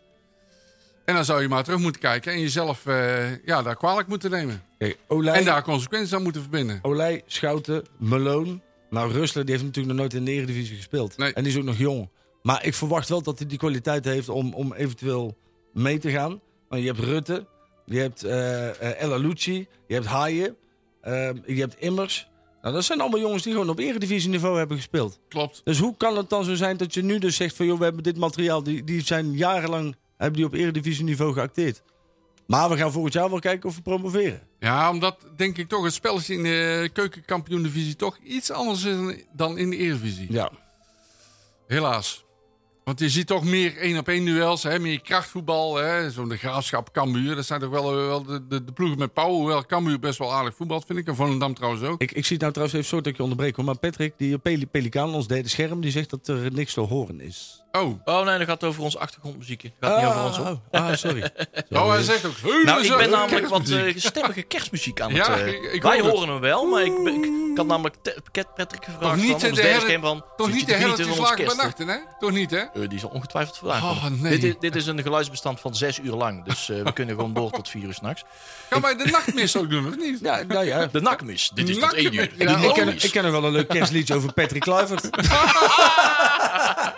En dan zou je maar terug moeten kijken en jezelf eh, ja, daar kwalijk moeten nemen. Kijk, Olij, En daar consequenties aan moeten verbinden. Olij, Schouten, Meloon. Nou, Rustler die heeft natuurlijk nog nooit in de Eredivisie gespeeld. Nee. En die is ook nog jong. Maar ik verwacht wel dat hij die kwaliteit heeft om, om eventueel mee te gaan. Want je hebt Rutte, je hebt uh, uh, El Alouchi, je hebt Haaien, uh, je hebt Immers. Nou, dat zijn allemaal jongens die gewoon op Eredivisieniveau hebben gespeeld. Klopt. Dus hoe kan het dan zo zijn dat je nu dus zegt van joh, we hebben dit materiaal, die, die zijn jarenlang hebben die op Eredivisieniveau geacteerd. Maar we gaan volgend jaar wel kijken of we promoveren. Ja, omdat denk ik toch het spelletje in de keukenkampioen-divisie toch iets anders is dan in de Eredivisie. Ja. Helaas. Want je ziet toch meer één op één duels, hè, meer krachtvoetbal. Hè, zo'n de Graafschap, Cambuur. Dat zijn toch wel, wel de, de, de ploegen met power. Hoewel Cambuur best wel aardig voetbal vind ik. En Volendam trouwens ook. Ik, ik zie het nou trouwens even soort dat ik je onderbreek hoor. Maar Patrick, die Peli Pelikaan, ons derde scherm, die zegt dat er niks te horen is. Oh, Oh nee, dat gaat over ons achtergrondmuziekje. Het gaat niet over ons op. oh, ah, sorry. oh hij zegt ook... "Hey, Nou, we ik zijn ben namelijk wat kerstmuziek." uh, stemmige kerstmuziek aan Ja, het... uh, ik- ik wij hoor het. horen hem wel, maar ik, ben- ik, ik had namelijk te- Cat Patrick gevraagd Toch niet van de ons derde hele- scherm van... Toch zit niet je de niet helft in te ons slagen bij kerst? nachten, hè? Toch niet, hè? Uh, die zal ongetwijfeld vandaan Oh, komen. nee. Dit, is, dit is een geluidsbestand van zes uur lang, dus uh, we kunnen gewoon door tot vier uur s'nachts. Gaan wij de nachtmis ook doen, of niet? Ja, nou ja. De nakmis, dit is tot één uur. Ja, De Ik ken, nakmis. ik ken nog wel een leuk kerstliedje over Patrick Kluivert.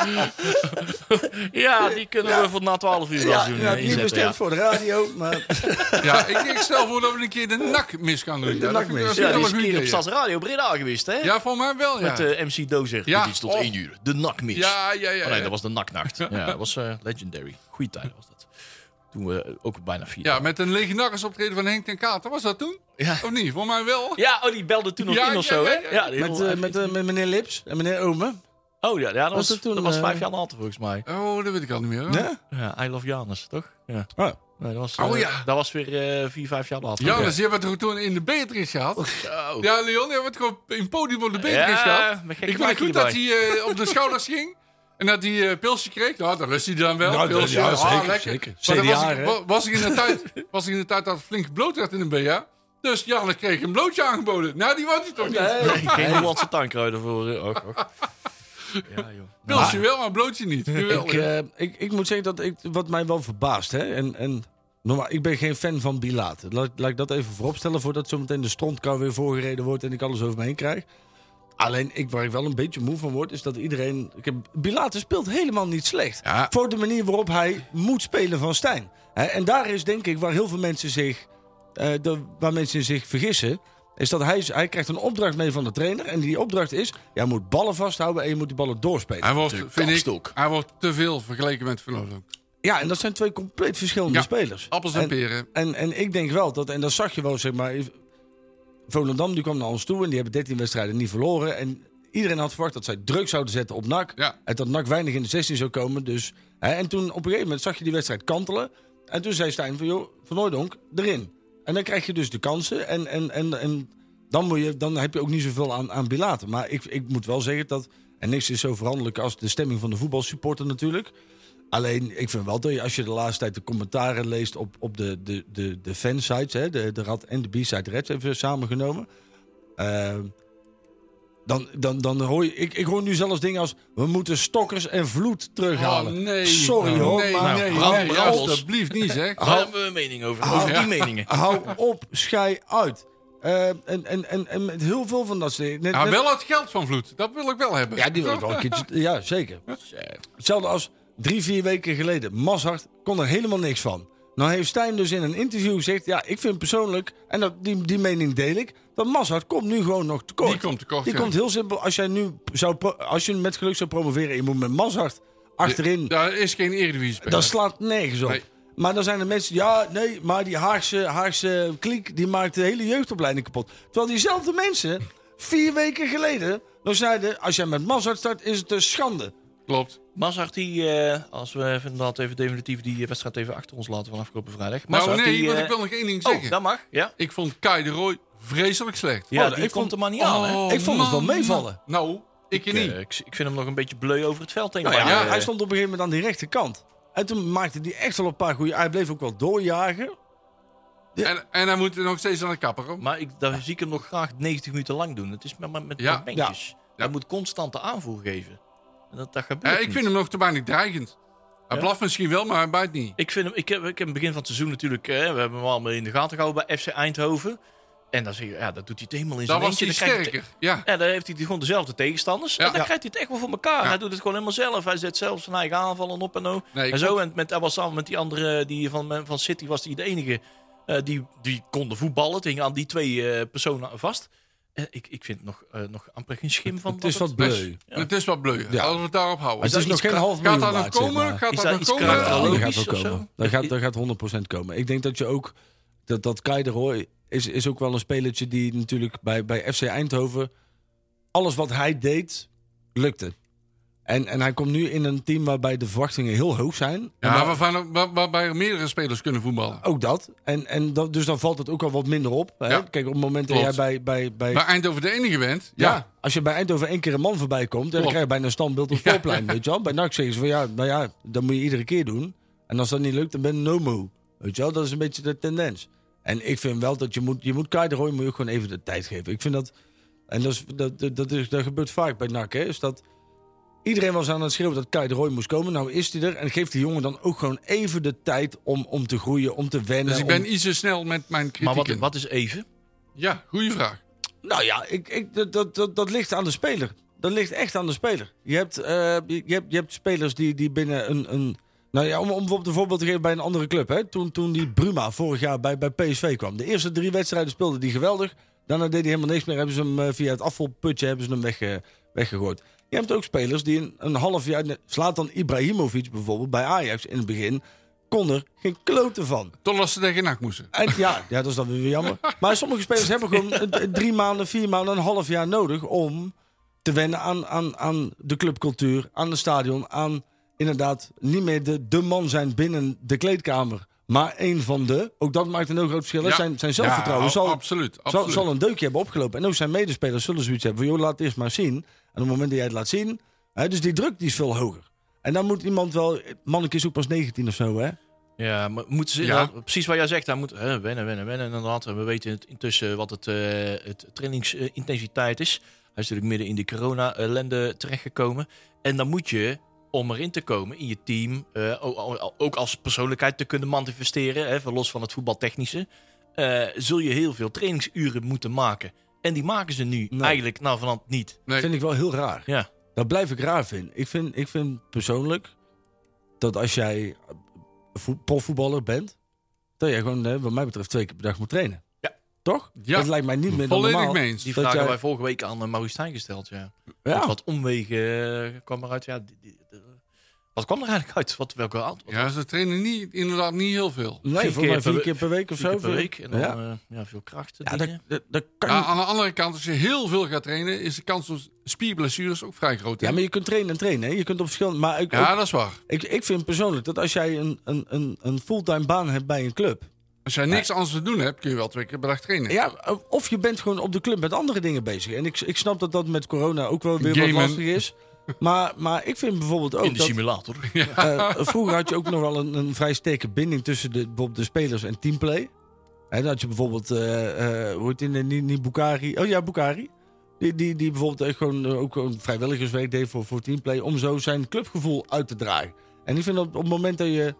Ja, die kunnen we voor na twaalf uur wel Ja, doen. ja, eh, niet inzetten, bestemd ja. voor de radio, maar Ja, ik, ik stel voor dat we een keer de nakmis gaan doen. De Ja, dat vind ik- nakmis. dat Ja, vind ik die wel is een een keer op goed idee. Stadsradio Breda geweest, hè? Ja, voor mij wel, ja. Met uh, M C Dozer. Ja. Die is tot Oh. één uur. De nakmis. Ja, ja, ja. Oh, nee, ja. dat was de naknacht. Ja, dat was uh, legendary. Goeie tijd was dat. Toen we ook bijna vier. Ja, met een legendaris optreden van Henk ten Kater. Was dat toen? Ja. Of niet? Voor mij wel. Ja, oh, die belde toen nog Ja, in of ja, zo, ja, hè? ja. Ja, die met, heel- eh, met, eh, met meneer Lips en meneer Ome. Oh ja, ja dat was, het toen, dat was eh, vijf jaar later volgens mij. Oh, dat weet ik al niet meer. Hoor. Ja? Ja, I Love Janus, toch? Ja. Oh. Nee, dat was, Oh, eh, ja. Dat was weer uh, vier, vijf jaar later. Ja, Oké. dus je hebt het toch toen in de Beatrix gehad? Zo. Ja, Leon, je hebt het gewoon in het podium op de Beatrix Ja, gehad. met gekke Ik vind het maakje goed dat erbij. hij uh, op de schouders ging. En dat hij uh, pilsje kreeg. Nou, dan lust hij dan wel. Nou, dat- pilsje. ja, ah, zeker, lekker. zeker. Maar dan was, C D A, ik, hè? wa- was ik in de tijd, was ik in de tijd dat het flink gebloot werd in een B A. Dus Janne kreeg een blootje aangeboden. Nou, die wou hij toch niet. Nee. Geen Hollandse tuinkruiden voor. uh, Och, och. Ja, joh. Pilsje wel, maar blootje niet. Geweldig. Ik, eh, ik, ik moet zeggen dat ik, wat mij wel verbaast, hè, en, en normaal, ik ben geen fan van bilaten. Laat, laat ik dat even vooropstellen voordat zometeen de strontkou weer voorgereden wordt en ik alles over me heen krijg. Alleen ik, waar ik wel een beetje moe van word, is dat iedereen... Ik heb, Bilater speelt helemaal niet slecht. Ja. Voor de manier waarop hij moet spelen van Stijn. Hè, en daar is denk ik waar heel veel mensen zich, eh, de, waar mensen zich vergissen, is dat hij, hij krijgt een opdracht mee van de trainer. En die opdracht is, jij moet ballen vasthouden en je moet die ballen doorspelen. Hij wordt, De vind ik, kapstok. hij wordt te veel vergeleken met Van Oudonk. Ja, en dat zijn twee compleet verschillende Ja, spelers. appels en peren. En, en ik denk wel dat, en dat zag je wel, zeg maar. Volendam die kwam naar ons toe en die hebben dertien wedstrijden niet verloren. En iedereen had verwacht dat zij druk zouden zetten op N A C. Ja. En dat N A C weinig in de zestien zou komen. Dus, hè, en toen op een gegeven moment zag je die wedstrijd kantelen. En toen zei Stijn van, joh, Van Hooijdonk, erin. En dan krijg je dus de kansen. En, en, en, en dan, moet je, dan heb je ook niet zoveel aan, aan bilaten. Maar ik, ik moet wel zeggen dat, en niks is zo veranderlijk als de stemming van de voetbalsupporter natuurlijk. Alleen, ik vind wel dat je, als je de laatste tijd de commentaren leest op, op de, de, de, de fansites, hè, de, de Rad en de B-side Reds even samengenomen. Uh, dan, dan, dan hoor je, ik, ik hoor nu zelfs dingen als, we moeten Stokkers en Vloed terughalen. Oh, nee. Sorry Oh, hoor, nee, maar nee, brand- nee, brandlos. alsjeblieft niet, zeg. Daar hebben we een mening over. Hou- Over die meningen. hou op, schei uit. Uh, en, en, en, en met heel veel van dat soort dingen. Net- Nou, net- wel het geld van Vloed. Dat wil ik wel hebben. Ja, die wil ik wel een keertje. Ja, zeker. Hetzelfde als drie, vier weken geleden. Mazart kon er helemaal niks van. Nou heeft Stijn dus in een interview gezegd, ja, ik vind persoonlijk, en dat, die, die mening deel ik, dat Mazart komt nu gewoon nog tekort. Die komt tekort, Die ja. komt heel simpel. Als jij nu zou, pro- als je met geluk zou promoveren en je moet met Mazart achterin, Daar is geen Eredivisie speler. dat slaat nergens op. Nee. Maar dan zijn er mensen, ja, nee, maar die Haagse, Haagse kliek, die maakt de hele jeugdopleiding kapot. Terwijl diezelfde mensen, vier weken geleden, nog zeiden, als jij met Mazart start, is het een schande. Klopt. Mazart, die, uh, als we even, inderdaad even definitief die wedstrijd even achter ons laten van afgelopen vrijdag. Nou Mazart, nee, die, maar uh, ik wil nog één ding Oh, zeggen. dat mag, ja. Ik vond Kai de Roy vreselijk slecht. Ja, Oh, die ik komt vond- er maar niet aan, hè. Oh, Ik vond het wel man. meevallen. Nou, ik, Ik, niet. uh, ik, ik vind hem nog een beetje bleu over het veld heen. Nou ja, maar, uh, hij stond op een gegeven moment aan die rechterkant. En toen maakte hij echt wel een paar goede. Hij bleef ook wel doorjagen. En, en hij moet nog steeds aan de kapper. Hoor. Maar ik, daar zie ik hem nog graag negentig minuten lang doen. Het is met, met, met Ja. met benkjes. Ja. Hij moet constant de aanvoer geven. En dat, dat gebeurt Eh, ik niet. vind hem nog te weinig dreigend. Hij Ja? blaft misschien wel, maar hij bijt niet. Ik, vind hem, ik, heb, ik heb in het begin van het seizoen natuurlijk... Eh, we hebben hem allemaal in de gaten gehouden bij F C Eindhoven. En dan zie je, ja, dat doet hij het helemaal in Daar zijn was eentje. hij Dan krijgt hij sterker. Ja. te- Ja, dan heeft hij gewoon dezelfde tegenstanders. Ja. En dan Ja. krijgt hij het echt wel voor elkaar. Ja. Hij doet het gewoon helemaal zelf. Hij zet zelf zijn eigen aanvallen op en op. Nee, ik en zo. vond- En met, hij was samen met die andere die van, van City was hij de enige uh, die, die konden voetballen. Het hing aan die twee uh, personen vast. Uh, ik, ik vind nog, uh, nog amper geen schim van. Het is dat wat Dus, bleu. Ja. Het is wat bleu. Ja. Als we het daarop houden. Het is nog iets geen kra- half Gaat miljoen dat nog waard, zeg komen? maar. Gaat Is dat dat nog iets komen? Ja, karakterologisch? dat gaat wel of zo? komen. Dat gaat, dat gaat honderd procent komen. Ik denk dat je ook... Dat, dat Kai de Roy is, is ook wel een spelertje die natuurlijk bij, bij F C Eindhoven... Alles wat hij deed, lukte. En, en hij komt nu in een team waarbij de verwachtingen heel hoog zijn. En Ja, waar- waarvan, waar, waarbij er meerdere spelers kunnen voetballen. ook dat. En, en dat, dus dan valt het ook al wat minder op. Hè? Ja. Kijk, op het moment dat jij Klopt. bij... bij, bij Waar Eindhoven de enige bent. ja. Ja. als je bij Eindhoven één keer een man voorbij komt... dan Klopt. krijg je bijna een standbeeld op het Ja. voorplein. Weet je wel? Bij N A C zeggen ze van ja, nou ja, dat moet je iedere keer doen. En als dat niet lukt, dan ben je no-mo. Weet je wel? Dat is een beetje de tendens. En ik vind wel dat je moet... Je moet Kai de Roy moet je ook gewoon even de tijd geven. Ik vind dat... En dat, is, dat, dat, dat, is, dat gebeurt vaak bij N A C. Hè, is dat iedereen was aan het schreeuwen dat Kai de Roy moest komen. Nou is hij er. En geeft die jongen dan ook gewoon even de tijd om, om te groeien, om te wennen. Dus ik ben om- iets te snel met mijn Maar kritieken. wat, wat is even? Ja, goede vraag. Nou ja, ik, ik, dat, dat, dat, dat ligt aan de speler. dat ligt echt aan de speler. Je hebt, uh, je, je hebt, je hebt spelers die, die binnen een... een nou ja, om, om bijvoorbeeld een voorbeeld te geven bij een andere club. Hè? Toen, toen die Bruma vorig jaar bij, bij P S V kwam. De eerste drie wedstrijden speelde die geweldig. Daarna deed hij helemaal niks meer. Hebben ze hem uh, via het afvalputje hebben ze hem weg, uh, weggegooid. Je hebt ook spelers die een, een half jaar... Zlatan Ibrahimovic bijvoorbeeld bij Ajax in het begin... kon er geen kloten van. Totdat ze tegen N A C moesten. En, ja, ja, dat is dan weer jammer. Maar sommige spelers hebben gewoon drie maanden, vier maanden, een half jaar nodig... om te wennen aan, aan, aan de clubcultuur, aan het stadion... aan inderdaad niet meer de, de man zijn binnen de kleedkamer... maar één van de, ook dat maakt een heel groot verschil... Ja. Zijn, zijn zelfvertrouwen Ja, zal, absoluut, zal, absoluut. zal een deukje hebben opgelopen. En ook zijn medespelers zullen zoiets hebben van... joh, laat het eerst maar zien. En op het moment dat jij het laat zien... Hè, dus die druk die is veel hoger. En dan moet iemand wel... Manneke is ook pas negentien of zo, hè? Ja, maar moeten ze, Ja. ja, precies wat jij zegt, daar moet hè, wennen, wennen, wennen. Inderdaad, we weten het intussen wat het, uh, het trainingsintensiteit is. Hij is natuurlijk midden in de corona-ellende terechtgekomen. En dan moet je, om erin te komen in je team, uh, ook, ook als persoonlijkheid te kunnen manifesteren, hè, los van het voetbaltechnische, uh, zul je heel veel trainingsuren moeten maken. En die maken ze nu Nee. eigenlijk nou vanaf niet. Nee. Vind ik wel heel raar. Ja. Dat blijf ik raar vinden. Ik vind, ik vind persoonlijk dat als jij vo- profvoetballer bent, dat jij gewoon, hè, wat mij betreft, twee keer per dag moet trainen. Ja. Toch? Ja. Dat lijkt mij niet meer dan Volledig normaal. mee eens. Die Dat vragen jij- wij vorige week aan uh, Maurice Stijn gesteld. Ja. Ja. Met wat omwegen uh, kwam eruit. Ja, die, die, de- wat kwam er eigenlijk uit? Wat, welke antwoord? Ja, ze trainen niet, inderdaad niet heel veel. Nee, Vier volgens keer mij vier per- keer per week of Vier zo. keer per week. En dan ja. ja. Uh, ja, veel krachten. Ja, dat, dingen. dat, dat kan Ja, niet. aan de andere kant, als je heel veel gaat trainen... is de kans op spierblessures ook vrij groot. hè? Ja, maar je kunt trainen en trainen. Hè? Je kunt op verschillende... Maar ik, Ja, ook- dat is waar. ik, ik vind persoonlijk dat als jij een, een, een, een fulltime baan hebt bij een club... Als jij niks anders te doen hebt, kun je wel twee keer per dag trainen. Ja, of je bent gewoon op de club met andere dingen bezig. En ik, ik snap dat dat met corona ook wel weer Gamen. wat lastig is. Maar, maar ik vind bijvoorbeeld ook In de dat... simulator. eh, vroeger had je ook nog wel een, een vrij sterke binding tussen de, bijvoorbeeld de spelers en teamplay. Hè, dan had je bijvoorbeeld... eh eh hoe heet die? Niet, niet Bukari. Oh ja, Bukari. Die, die, die bijvoorbeeld echt gewoon, eh, ook gewoon vrijwilligerswerk deed voor, voor teamplay. Om zo zijn clubgevoel uit te dragen. En ik vind dat op het moment dat je...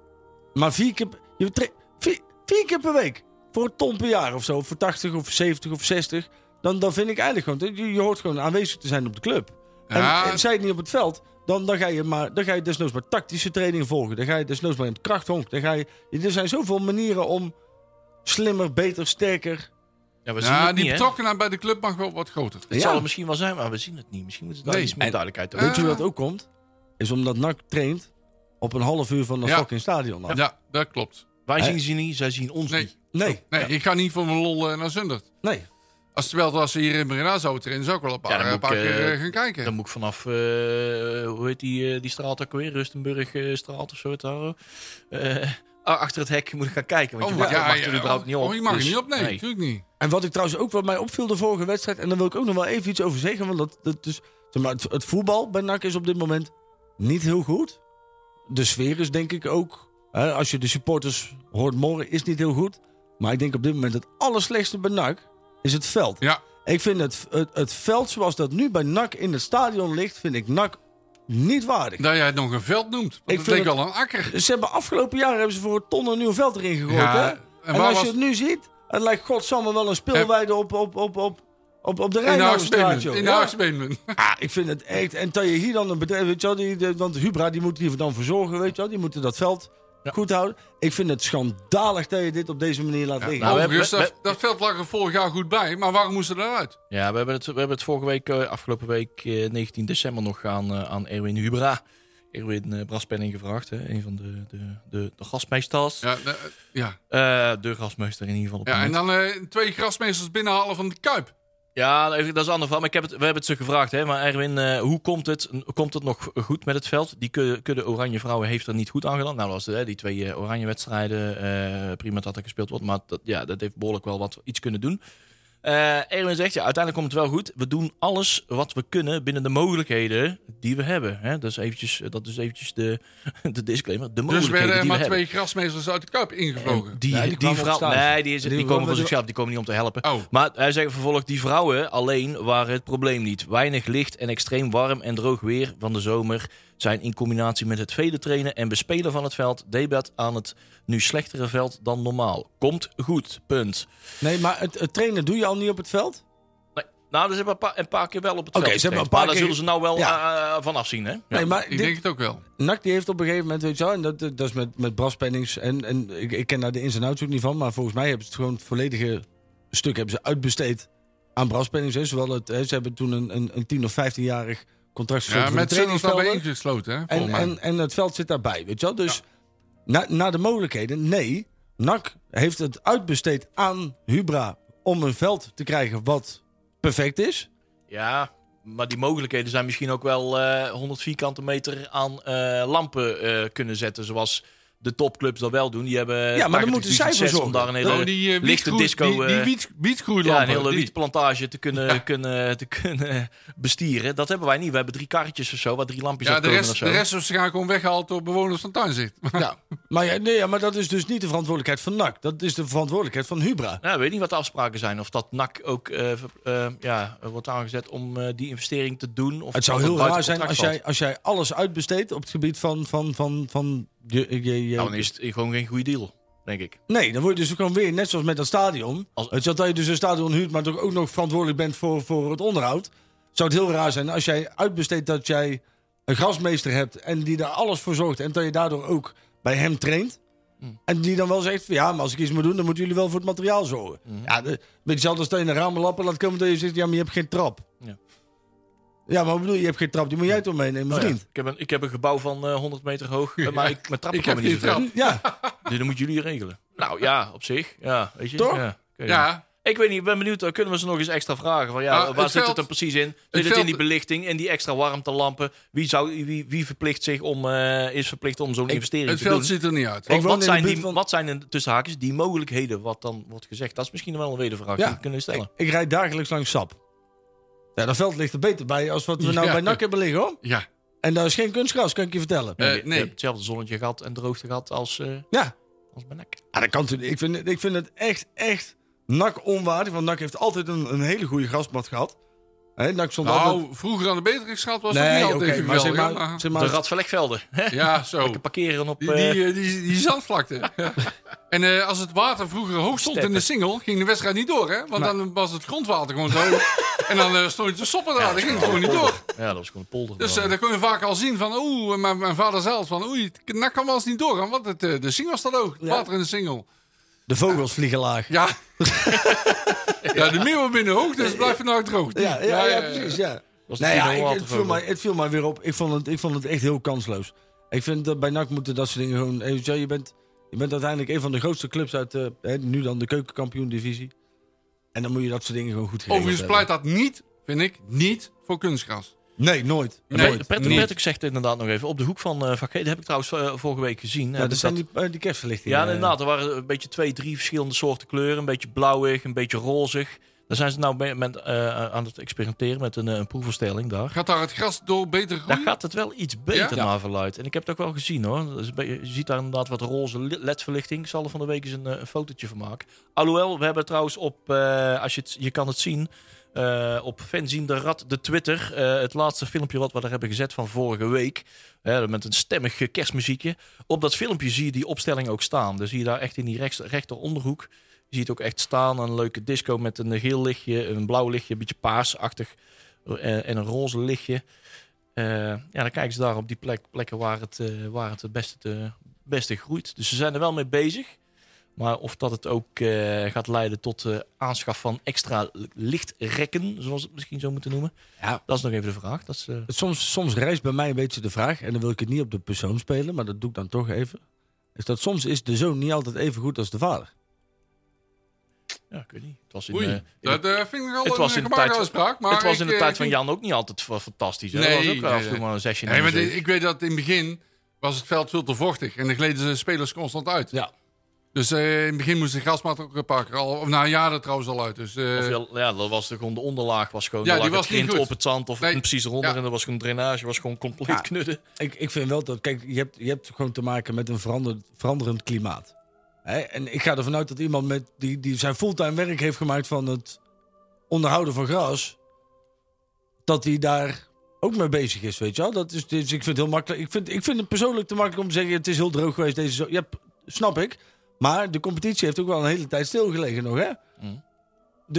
Maar vier keer... Je tra- vier, vier keer per week. Voor een ton per jaar of zo. Voor tachtig of zeventig of zestig. Dan, dan vind ik eigenlijk gewoon... Je, je hoort gewoon aanwezig te zijn op de club. Ja. En, en zij het niet op het veld... Dan, dan, ga je maar, dan ga je desnoods maar tactische trainingen volgen. Dan ga je desnoods maar in het krachthonk. Dan ga je, er zijn zoveel manieren om slimmer, beter, sterker... Ja, we zien Ja, het die niet, hè? betrokkenheid bij de club mag wel wat groter. Het Ja. zal er misschien wel zijn, maar we zien het niet. Misschien moeten we daar Nee. iets meer En- duidelijkheid over. Weet je hoe dat ook komt? Is omdat N A C traint op een half uur van dat Ja. fucking stadion af. Ja, dat klopt. Wij Hè? zien ze niet, zij zien ons Nee. niet. Nee, Nee, ik ga niet voor mijn lol eh, naar Zundert. nee. Als, terwijl als ze hier in Breda zouden trainen, zou ik wel een paar, Ja, dan een moet paar ik, keer eh, eh, gaan kijken. Dan moet ik vanaf, uh, hoe heet die, uh, die straat ook weer? Rustenburgstraat of zo. Het daar, uh, achter het hek moet ik gaan kijken. Want Oh, je mag, ja, mag ja, er überhaupt niet op. Oh, je mag er Dus, niet op? Nee, nee. natuurlijk niet. En wat ik trouwens ook wat mij opviel de vorige wedstrijd... en daar wil ik ook nog wel even iets over zeggen... want dat, dat dus, zeg maar, het, het voetbal bij N A C is op dit moment niet heel goed. De sfeer is denk ik ook... Hè, als je de supporters hoort morgen, is niet heel goed. Maar ik denk op dit moment het allerslechtste bij N A C is het veld. Ja, Ik vind het, het, het veld zoals dat nu bij N A C in het stadion ligt... vind ik N A C niet waardig. dat jij het nog een veld noemt. Want Ik het vind leek het- wel een akker. Ze hebben afgelopen jaar hebben ze voor een ton een nieuw veld erin gegooid. Ja, hè? en En, waar als was- je het nu ziet, het lijkt godsamme wel een speelweide op, op, op, op, op, op de In de Haagse Rijnhoudenstraat. Beenmen. joh. In de Ja. Haagse Beenmen. Ah, ik vind het echt. En dat je hier dan een bedrijf, weet je wel, die, de, want Hubra die moet hier dan verzorgen, weet je wel, die moeten dat veld Ja. goed houden. Ik vind het schandalig dat je dit op deze manier laat liggen. nou, we Overigens, hebben- dat, dat veld lag er vorig jaar goed bij. Maar waarom moesten we eruit? Ja, we hebben het, we hebben het vorige week, uh, afgelopen week, uh, negentien december, nog aan, uh, aan Erwin Hubera. Erwin uh, Braspenning gevraagd, hè? Een van de, de, de, de gastmeesters. Ja, de, ja. Uh, de gastmeester in ieder geval. Op het ja en moment. dan uh, twee grasmeesters binnenhalen van de Kuip. Ja, even- dat is een ander verhaal. Maar ik heb het, we hebben het ze gevraagd. Hè? Maar Erwin, uh, hoe komt het, komt het nog goed met het veld? Die kudde, kudde Oranje Vrouwen heeft er niet goed aan gedaan. Nou, dat was hè, die twee uh, Oranje wedstrijden. Uh, prima dat er gespeeld wordt. Maar dat, ja, dat heeft behoorlijk wel wat iets kunnen doen. Uh, Erwin zegt, ja, uiteindelijk komt het wel goed. We doen alles wat we kunnen binnen de mogelijkheden die we hebben. Hè? Dat is eventjes, dat is eventjes de, de disclaimer. De Dus mogelijkheden werden er die we maar hebben. twee grasmeesters uit de Kuip ingevlogen. En die, Ja, die die, kwamen op vrouw, stage. nee, die, is, Die die, komen kwamen voor door- zichzelf, die komen niet om te helpen. Oh. Maar hij zegt vervolgens, die vrouwen alleen waren het probleem niet. Weinig licht en extreem warm en droog weer van de zomer zijn in combinatie met het vele trainen en bespelen van het veld debat aan het nu slechtere veld dan normaal. Komt goed, punt. Nee, maar het, het trainen doe je al niet op het veld? Nee, Nou, dus hebben een paar, een paar keer wel op het Oké, veld ze hebben gestaan. een paar Maar daar keer- zullen ze nou wel Ja. uh, vanaf zien, hè? Ja. Nee, maar Ik dit, denk het ook wel. N A C die heeft op een gegeven moment, weet je wel, en dat, dat is met, met Bras Pennings. En, en ik, ik ken daar de ins en outs ook niet van, maar volgens mij hebben ze het gewoon het volledige stuk hebben ze uitbesteed aan Bras Pennings. Hè. Zowel het, hè, ze hebben toen een, een, een tien of vijftienjarig contract gesloten Ja, voor met de Sunners daarbij trainingsvelden. ingesloten, hè? En, volgens mij. en, en het veld zit daarbij, weet je wel. Dus na, naar de mogelijkheden, nee. N A C heeft het uitbesteed aan Hubra om een veld te krijgen wat perfect is. Ja, maar die mogelijkheden zijn misschien ook wel uh, honderd vierkante meter aan uh, lampen uh, kunnen zetten. Zoals de topclubs dat wel doen. Die hebben Ja, maar dan moeten zij voor succes om zorgen. daar een hele Oh, die uh, lichte wietgroei- disco... Die, die uh, wiet, wietgroeilampen. ja, een hele die- wietplantage te kunnen, kunnen, te kunnen bestieren. Dat hebben wij niet. We hebben drie karretjes of zo, waar drie lampjes Ja, de uitkomen rest, of zo. de rest is gaan gewoon weggehaald door bewoners van Tuinzicht. Ja. Maar, ja, nee, ja, maar dat is dus niet de verantwoordelijkheid van N A C. Dat is de verantwoordelijkheid van Hubra. Ja, ik weet niet wat de afspraken zijn. Of dat N A C ook uh, uh, ja, wordt aangezet om uh, die investering te doen. Of Het zou of heel buiten raar zijn als contract jij, als jij alles uitbesteedt op het gebied van... van, van, van je, je, je- valt. Dan is het gewoon geen goede deal, denk ik. Nee, dan word je dus gewoon weer, net zoals met dat stadion. Als- Als... Dat je dus een stadion huurt, maar toch ook nog verantwoordelijk bent voor, voor het onderhoud. Zou het heel raar zijn als jij uitbesteedt dat jij een grasmeester hebt... en die daar alles voor zorgt en dat je daardoor ook bij hem traint... Mm. En die dan wel zegt, van, ja, maar als ik iets moet doen... dan moeten jullie wel voor het materiaal zorgen. Mm. Ja, de, beetje zelfs als dat je een ramenlappen laat komen... dat je zegt, ja, maar je hebt geen trap. Ja. Ja, maar wat bedoel je, je hebt geen trap. Die moet jij toch meenemen, Oh ja, vriend? ik, heb een, ik heb een gebouw van uh, honderd meter hoog, uh, maar ik, mijn trappen Ik heb komen niet geen zo ver. trap. Ja, Dus dat moeten jullie regelen. Nou ja, op zich. Ja, weet je. Toch? Ja, oké. Ja, Ik weet niet, ik ben benieuwd. uh, Kunnen we ze nog eens extra vragen? Van, ja, Nou, waar het zit het veld- dan precies in? Zit het, veld- in die belichting, in die extra warmtelampen? Wie, zou, wie, wie verplicht zich om, uh, is verplicht om zo'n investering het te veld doen? ziet er niet uit. Ik Want woon in wat de zijn, buurt die, van- wat zijn de, tussen haakjes die mogelijkheden wat dan wordt gezegd? Dat is misschien wel een wedervraag die ja. we kunnen stellen. Ik, ik rijd dagelijks langs Sap. Ja, dat veld ligt er beter bij als wat we nou Ja. bij N A C hebben liggen, hoor. Ja, En daar is geen kunstgras, kan ik je vertellen. Eh, Je- je nee. hebt hetzelfde zonnetje gehad en droogte gehad als, uh, Ja, als bij N A C. ah, dat kan natuurlijk. Ik vind, het- ik vind het echt, echt N A C onwaardig. Want N A C heeft altijd een, een hele goede grasmat gehad. Hè, N A C stond altijd... nou, vroeger aan de Beatrixstraat was het Nee, niet oké, altijd even maar zeg geweldig, maar... maar- Zeg De maar Radverlegvelden. Ja, zo. Parkeren op... Die, uh, die, eh, die, die zandvlakte. Ja. En eh, als het water vroeger hoog stond in de singel, ging de wedstrijd niet door, hè? Want dan was het grondwater gewoon zo hoog. En dan uh, stond je te soppen daar, dan ging het gewoon niet door. ja, dat was gewoon een polder. Dus uh, dan kon je vaak al zien van, oeh, mijn, mijn vader zelf van, oei, dat kan wel eens niet doorgaan, want het, uh, de singel staat hoog. Het Ja. water in de singel. de vogels vliegen laag. Ja. Ja, de meeuwen binnen hoog, dus blijf je nou droog. Ja, ja, ja, precies, ja. Was Nee, ja, tien ik, al het, te viel veel. mij, het viel mij weer op. Ik vond, het, ik vond het echt heel kansloos. Ik vind dat bij N A C moeten dat soort dingen gewoon... hey, weet je wel, Je bent, je bent uiteindelijk een van de grootste clubs uit de, hè, nu dan de keukenkampioen-divisie. En dan moet je dat soort dingen gewoon goed geregeld Overigens hebben. pleit dat niet, vind ik, niet voor kunstgras. Nee, nooit. Nee. nooit. Prettig niet. Prettig zegt inderdaad nog even. Op de hoek van uh, Van Geet heb ik trouwens uh, vorige week gezien. Ja, Heb dat ik zijn dat- die, eh, die kerstverlichtingen. ja, inderdaad. Er waren een beetje twee, drie verschillende soorten kleuren. Een beetje blauwig, een beetje rozig. Daar zijn ze nou mee- met, uh, aan het experimenteren met een, uh, een proeverstelling daar. Gaat daar het gras door beter Daar groeien? gaat het wel iets beter Ja? naar verluidt. En ik heb het ook wel gezien hoor. Dat is een beetje- je ziet daar inderdaad wat roze L E D-verlichting. Ik zal er van de week eens een, uh, een fotootje van maken. Alhoewel, we hebben trouwens op, uh, als je, het, je kan het zien, uh, op Fanzine de Rad, de Twitter. Uh, het laatste filmpje wat we daar hebben gezet van vorige week. Uh, met een stemmig kerstmuziekje. Op dat filmpje zie je die opstelling ook staan. Dus zie je daar echt in die rechts, rechteronder je ziet ook echt staan een leuke disco met een geel lichtje, een blauw lichtje, een beetje paarsachtig uh, en een roze lichtje. Uh, ja, dan kijken ze daar op die plek, plekken waar het, uh, waar het het beste, te, beste groeit. Dus ze zijn er wel mee bezig. Maar of dat het ook uh, gaat leiden tot uh, aanschaf van extra lichtrekken, zoals we het misschien zo moeten noemen. Ja. Dat is nog even de vraag. Dat is, uh... Soms, soms rijst bij mij een beetje de vraag, en dan wil ik het niet op de persoon spelen, maar dat doe ik dan toch even. Is dat soms is de zoon niet altijd even goed als de vader. Ja, ik weet niet. Het was in, Oei, uh, in dat uh, vind ik al het was een in de tijd, gebaaruitspraak. Maar het was in ik, de eh, tijd van vind- Jan ook niet altijd fa- fantastisch. Hè? Nee, dat was ook nee, af en toe nee. maar een zesje. Nee, maar dit- ik weet dat in het begin was het veld veel te vochtig. En dan gleden de spelers constant uit. Ja. Dus uh, in het begin moest de grasmat ook een paar keer al... Of na een jaar er trouwens al uit. Dus, uh, Of ja, ja, dat was de, gewoon de onderlaag was gewoon. Ja, Ja, die lag was het niet grind goed. op het zand of Nee. precies eronder Ja. en dat was gewoon drainage, was gewoon compleet Ja. knudden. Ik, ik vind wel dat, kijk, je hebt, je hebt gewoon te maken met een veranderend, veranderend klimaat. Hè? En ik ga ervan uit dat iemand met, die, die zijn fulltime werk heeft gemaakt van het onderhouden van gras, dat hij daar ook mee bezig is, weet je wel. Dat is, dus ik vind het heel makkelijk. Ik vind, ik vind het persoonlijk te makkelijk om te zeggen, het is heel droog geweest deze zo. Ja, p- snap ik. Maar de competitie heeft ook wel een hele tijd stilgelegen nog, hè. Mm. Dus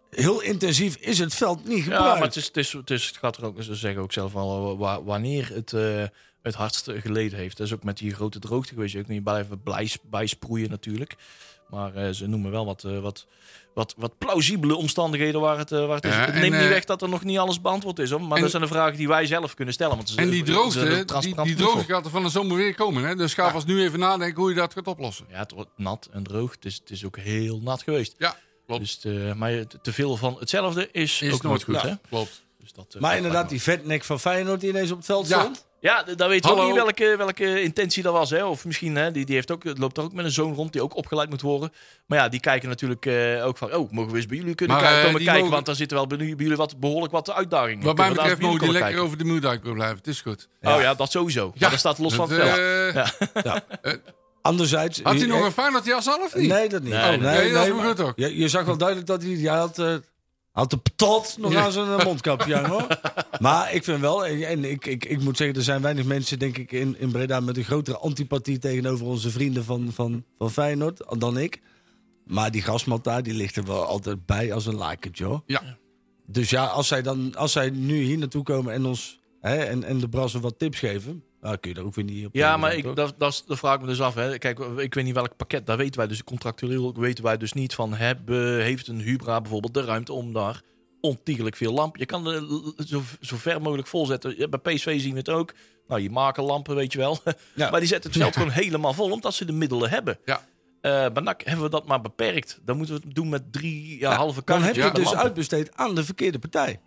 heel intensief is het veld niet gebruikt. Ja, maar het, is, het, is, het, is, het gaat er ook, ze zeggen ook zelf al, wa- wanneer het uh, het hardst geleden heeft. Dat is ook met die grote droogte geweest. Je ook niet blijven blij, bijsproeien natuurlijk. Maar uh, ze noemen wel wat, uh, wat, wat, wat plausibele omstandigheden waar het, uh, waar het is. Ja, Het en, neemt uh, niet weg dat er nog niet alles beantwoord is. Hoor. Maar en, dat zijn de vragen die wij zelf kunnen stellen. Want ze, en die droogte, ze, ze die, die droogte gaat er van de zomer weer komen. Hè? Dus ga ja. vast nu even nadenken hoe je dat gaat oplossen. Ja, het wordt nat en droog. Het is, het is ook heel nat geweest. Ja, klopt. Dus te, maar te veel van hetzelfde is, is ook nooit goed. Ja, hè? Klopt. Dus dat, uh, maar dat inderdaad, die vetnek van Feyenoord die ineens op het veld ja. stond. Ja, daar weten we Hallo. ook niet welke, welke intentie dat was. Hè? Of misschien, hè, die, die heeft ook, loopt er ook met een zoon rond die ook opgeleid moet worden. Maar ja, die kijken natuurlijk uh, ook van... Oh, mogen we eens bij jullie kunnen maar, kijken, uh, komen kijken? mogen... Want daar zitten wel bij jullie wat, behoorlijk wat uitdagingen. Wat mij Kunnen we betreft daar mogen die lekker kijken? over de Moerdijk blijven. Het is goed. Ja. Oh ja, dat sowieso. Ja. Maar dat staat los dat, van het veld. Uh, ja. Ja. Uh, Anderzijds... Had hij nog een Feyenoord jas aan of niet? Nee, dat niet. Nee, oh, nee, nee, nee, dat is nee, me goed ook. Je, je zag wel duidelijk dat hij... hij had, uh, had de patat nog Ja. aan zijn mondkapje aan, hoor. Maar ik vind wel... En ik, ik, ik moet zeggen, er zijn weinig mensen, denk ik, in, in Breda... met een grotere antipathie tegenover onze vrienden van, van, van Feyenoord dan ik. Maar die grasmat daar, die ligt er wel altijd bij als een lakentje, hoor. Ja. Dus ja, als zij, dan, als zij nu hier naartoe komen en ons... Hè, en, en de Brassen wat tips geven... Nou, kun je daar ook weer niet op. Ja, maar ik, dat, dat, dat vraag ik me dus af. Hè. Kijk, ik weet niet welk pakket, dat weten wij dus. Contractueel weten wij dus niet van... Hebben, heeft een Hubra bijvoorbeeld de ruimte om daar ontiegelijk veel lampen... Je kan er zo, zo ver mogelijk volzetten. Bij P S V zien we het ook. Nou, je maken lampen, weet je wel. Ja. Maar die zetten het veld ja. gewoon helemaal vol... omdat ze de middelen hebben. Ja. Uh, bij N A C hebben we dat maar beperkt. Dan moeten we het doen met drie ja, ja, halve kan. Dan heb ja, je het dus lampen. uitbesteed aan de verkeerde partij.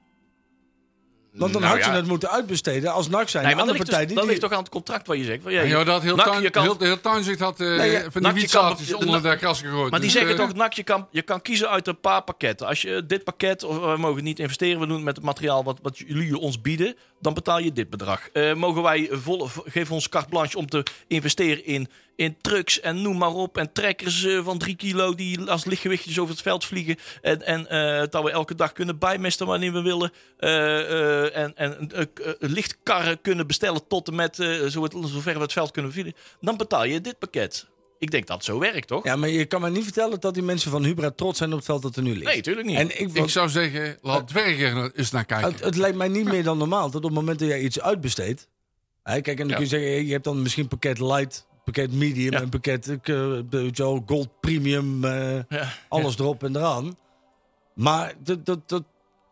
Want dan nou, had je ja. het moeten uitbesteden als N A C zijn. Nee, maar aan de dat, partij ligt, dus, die dat die... ligt toch aan het contract wat je zegt. Van, ja, ja, dat heel, N A C, tuin, je kan, heel, heel tuinzicht had uh, nee, ja, van N A die C, je kan- wietzaadjes onder de gras gegooid. Maar die Dus, zeggen uh, toch, N A C, je kan, je kan kiezen uit een paar pakketten. Als je dit pakket, of we mogen niet investeren, we doen het met het materiaal wat, wat jullie ons bieden, dan betaal je dit bedrag. Uh, mogen wij, vol, geef ons carte blanche om te investeren in, in trucks en noem maar op. En trekkers uh, van drie kilo die als lichtgewichtjes over het veld vliegen. En, en uh, dat we elke dag kunnen bijmesten wanneer we willen. Uh, uh, en en uh, uh, lichtkarren kunnen bestellen tot en met uh, zo het, zover we het veld kunnen vliegen. Dan betaal je dit pakket. Ik denk dat het zo werkt, toch? Ja, maar je kan me niet vertellen dat die mensen van Hubra trots zijn op het veld dat er nu ligt. Nee, tuurlijk niet. En ik, ik zou zeggen, laat Dwerger eens naar kijken. Het, het lijkt mij niet meer dan normaal dat op het moment dat jij iets uitbesteedt... Hè, kijk, en dan Ja. kun je zeggen, je hebt dan misschien pakket light, pakket medium... Ja. en pakket uh, gold premium, uh, Ja. alles Ja. erop en eraan. Maar dat, dat, dat,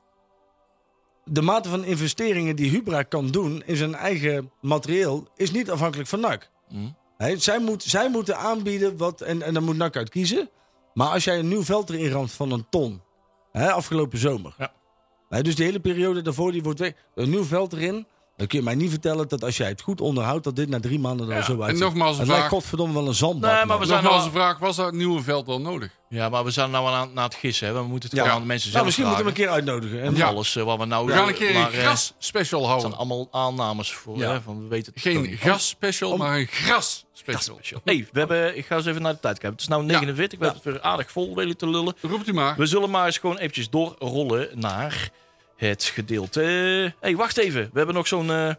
de mate van investeringen die Hubra kan doen in zijn eigen materieel... is niet afhankelijk van N A C. Mm. He, zij, moet, zij moeten aanbieden wat... En, en dan moet N A C uit kiezen. Maar als jij een nieuw veld erin ramt van een ton... He, afgelopen zomer... Ja. He, dus de hele periode daarvoor die wordt weg... Een nieuw veld erin... Dan kun je mij niet vertellen dat als jij het goed onderhoudt... dat dit na drie maanden er Ja, al zo en uitziet. nogmaals een Het vraag. lijkt godverdomme wel een zandbak. Nee, maar man. we zijn Nogmaals nou- de vraag, was dat nieuwe veld wel nodig? Ja, maar we zijn nou aan, aan het gissen. Hè. We moeten het Ja. gewoon aan de mensen zelf Nou, misschien moeten we vragen. hem een keer uitnodigen. En Ja. Alles uh, wat we nou... We gaan een keer maar, een uh, gras-special Het houden. zijn allemaal aannames voor. Ja. Hè, van, we weten het Geen gewoon niet. gas-special, Om- maar een gras-special. Hey, we hebben, ik ga eens even naar de tijd kijken. Het is nou negenenveertig. We hebben het weer aardig vol willen te lullen. Roept u maar. We zullen maar eens gewoon eventjes doorrollen naar het gedeelte... Hé, hey, wacht even. We hebben nog zo'n... Uh,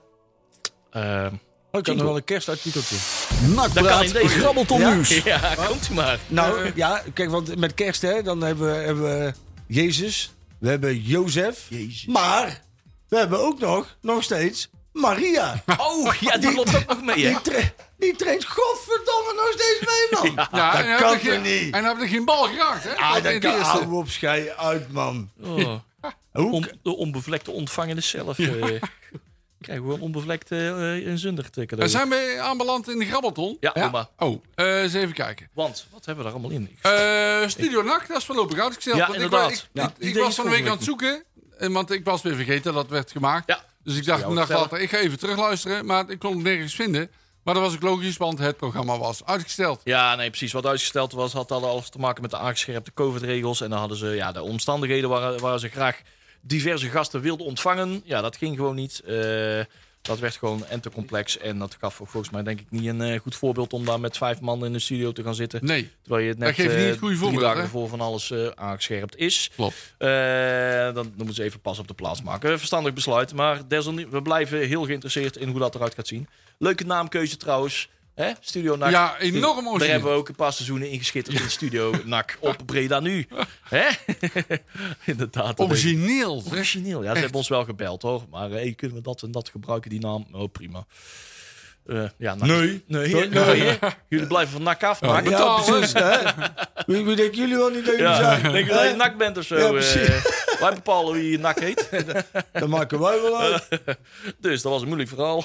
uh, Oh, ik had nog wel een kerstuitkikeltje. kan Nakpraat, in deze. grabbelton Ja? nieuws. ja, komt u maar. Nou, ja, kijk, want met kerst, hè, dan hebben we, hebben we Jezus. We hebben Jozef. Jezus. Maar we hebben ook nog, nog steeds, Maria. Oh, ja, die loopt ook nog mee, hè? Die, tra- die traint godverdomme nog steeds mee, man. Ja, dat en hij kan heeft er toch geen- niet? En hij heeft er geen bal geraakt, hè? Ah, Dat dat in kan de eerste. hou op, schei uit, man. Oh. Hoe? On, de onbevlekte ontvangende zelf. Uh, krijgen we een onbevlekte uh, een zunder te We cadeau. zijn we aanbeland in de grabbelton. Ja, Ja. doe maar. Oh, eh, eens even kijken. Want, wat hebben we daar allemaal in? Ik- Eh, Studio Nacht, dat is voorlopig uitgesteld. Ja, want ik, inderdaad. Ik, Ja, ik, die ik deed was je van de week aan vorige het zoeken. eh, Want ik was weer vergeten dat werd gemaakt. Ja. Dus ik zal dacht jou een dag vertellen. later, ik ga even terugluisteren. Maar ik kon het nergens vinden. Maar dat was ook logisch, want het programma was uitgesteld. Ja, nee, precies. Wat uitgesteld was, had alles te maken met de aangescherpte COVID-regels. En dan hadden ze, ja, de omstandigheden waar, waar ze graag diverse gasten wilden ontvangen. Ja, dat ging gewoon niet. Uh, dat werd gewoon en te complex. En dat gaf volgens mij denk ik niet een uh, goed voorbeeld om daar met vijf man in de studio te gaan zitten. Nee, Terwijl je het net Dat geeft niet uh, het goede drie voorbeeld, dagen hè? ervoor van alles uh, aangescherpt is. klopt. Uh, dan, dan moeten ze even pas op de plaats maken. Verstandig besluit. Maar desalniettemin, we blijven heel geïnteresseerd in hoe dat eruit gaat zien. Leuke naamkeuze trouwens. Hè? Studio N A C. Ja, enorm origineel. Daar hebben we ook een paar seizoenen ingeschitterd in de studio N A C op Breda nu. Hè? Inderdaad. Origineel. zeg. Origineel. Ja, ze Echt. hebben ons wel gebeld hoor. Maar hey, kunnen we dat en dat gebruiken, die naam? Oh, prima. Uh, ja, N A C. Nee. Nee, Nee. nee. Jullie blijven van N A C af. Ja, NAC. Ja, betalen. precies. Hè? Wie, wie denken jullie wel niet dat jullie Ja, zijn? denk je dat je N A C bent of zo? Ja, precies. Uh, wij bepalen wie je N A C heet. Dat maken wij wel uit. Dus dat was een moeilijk verhaal.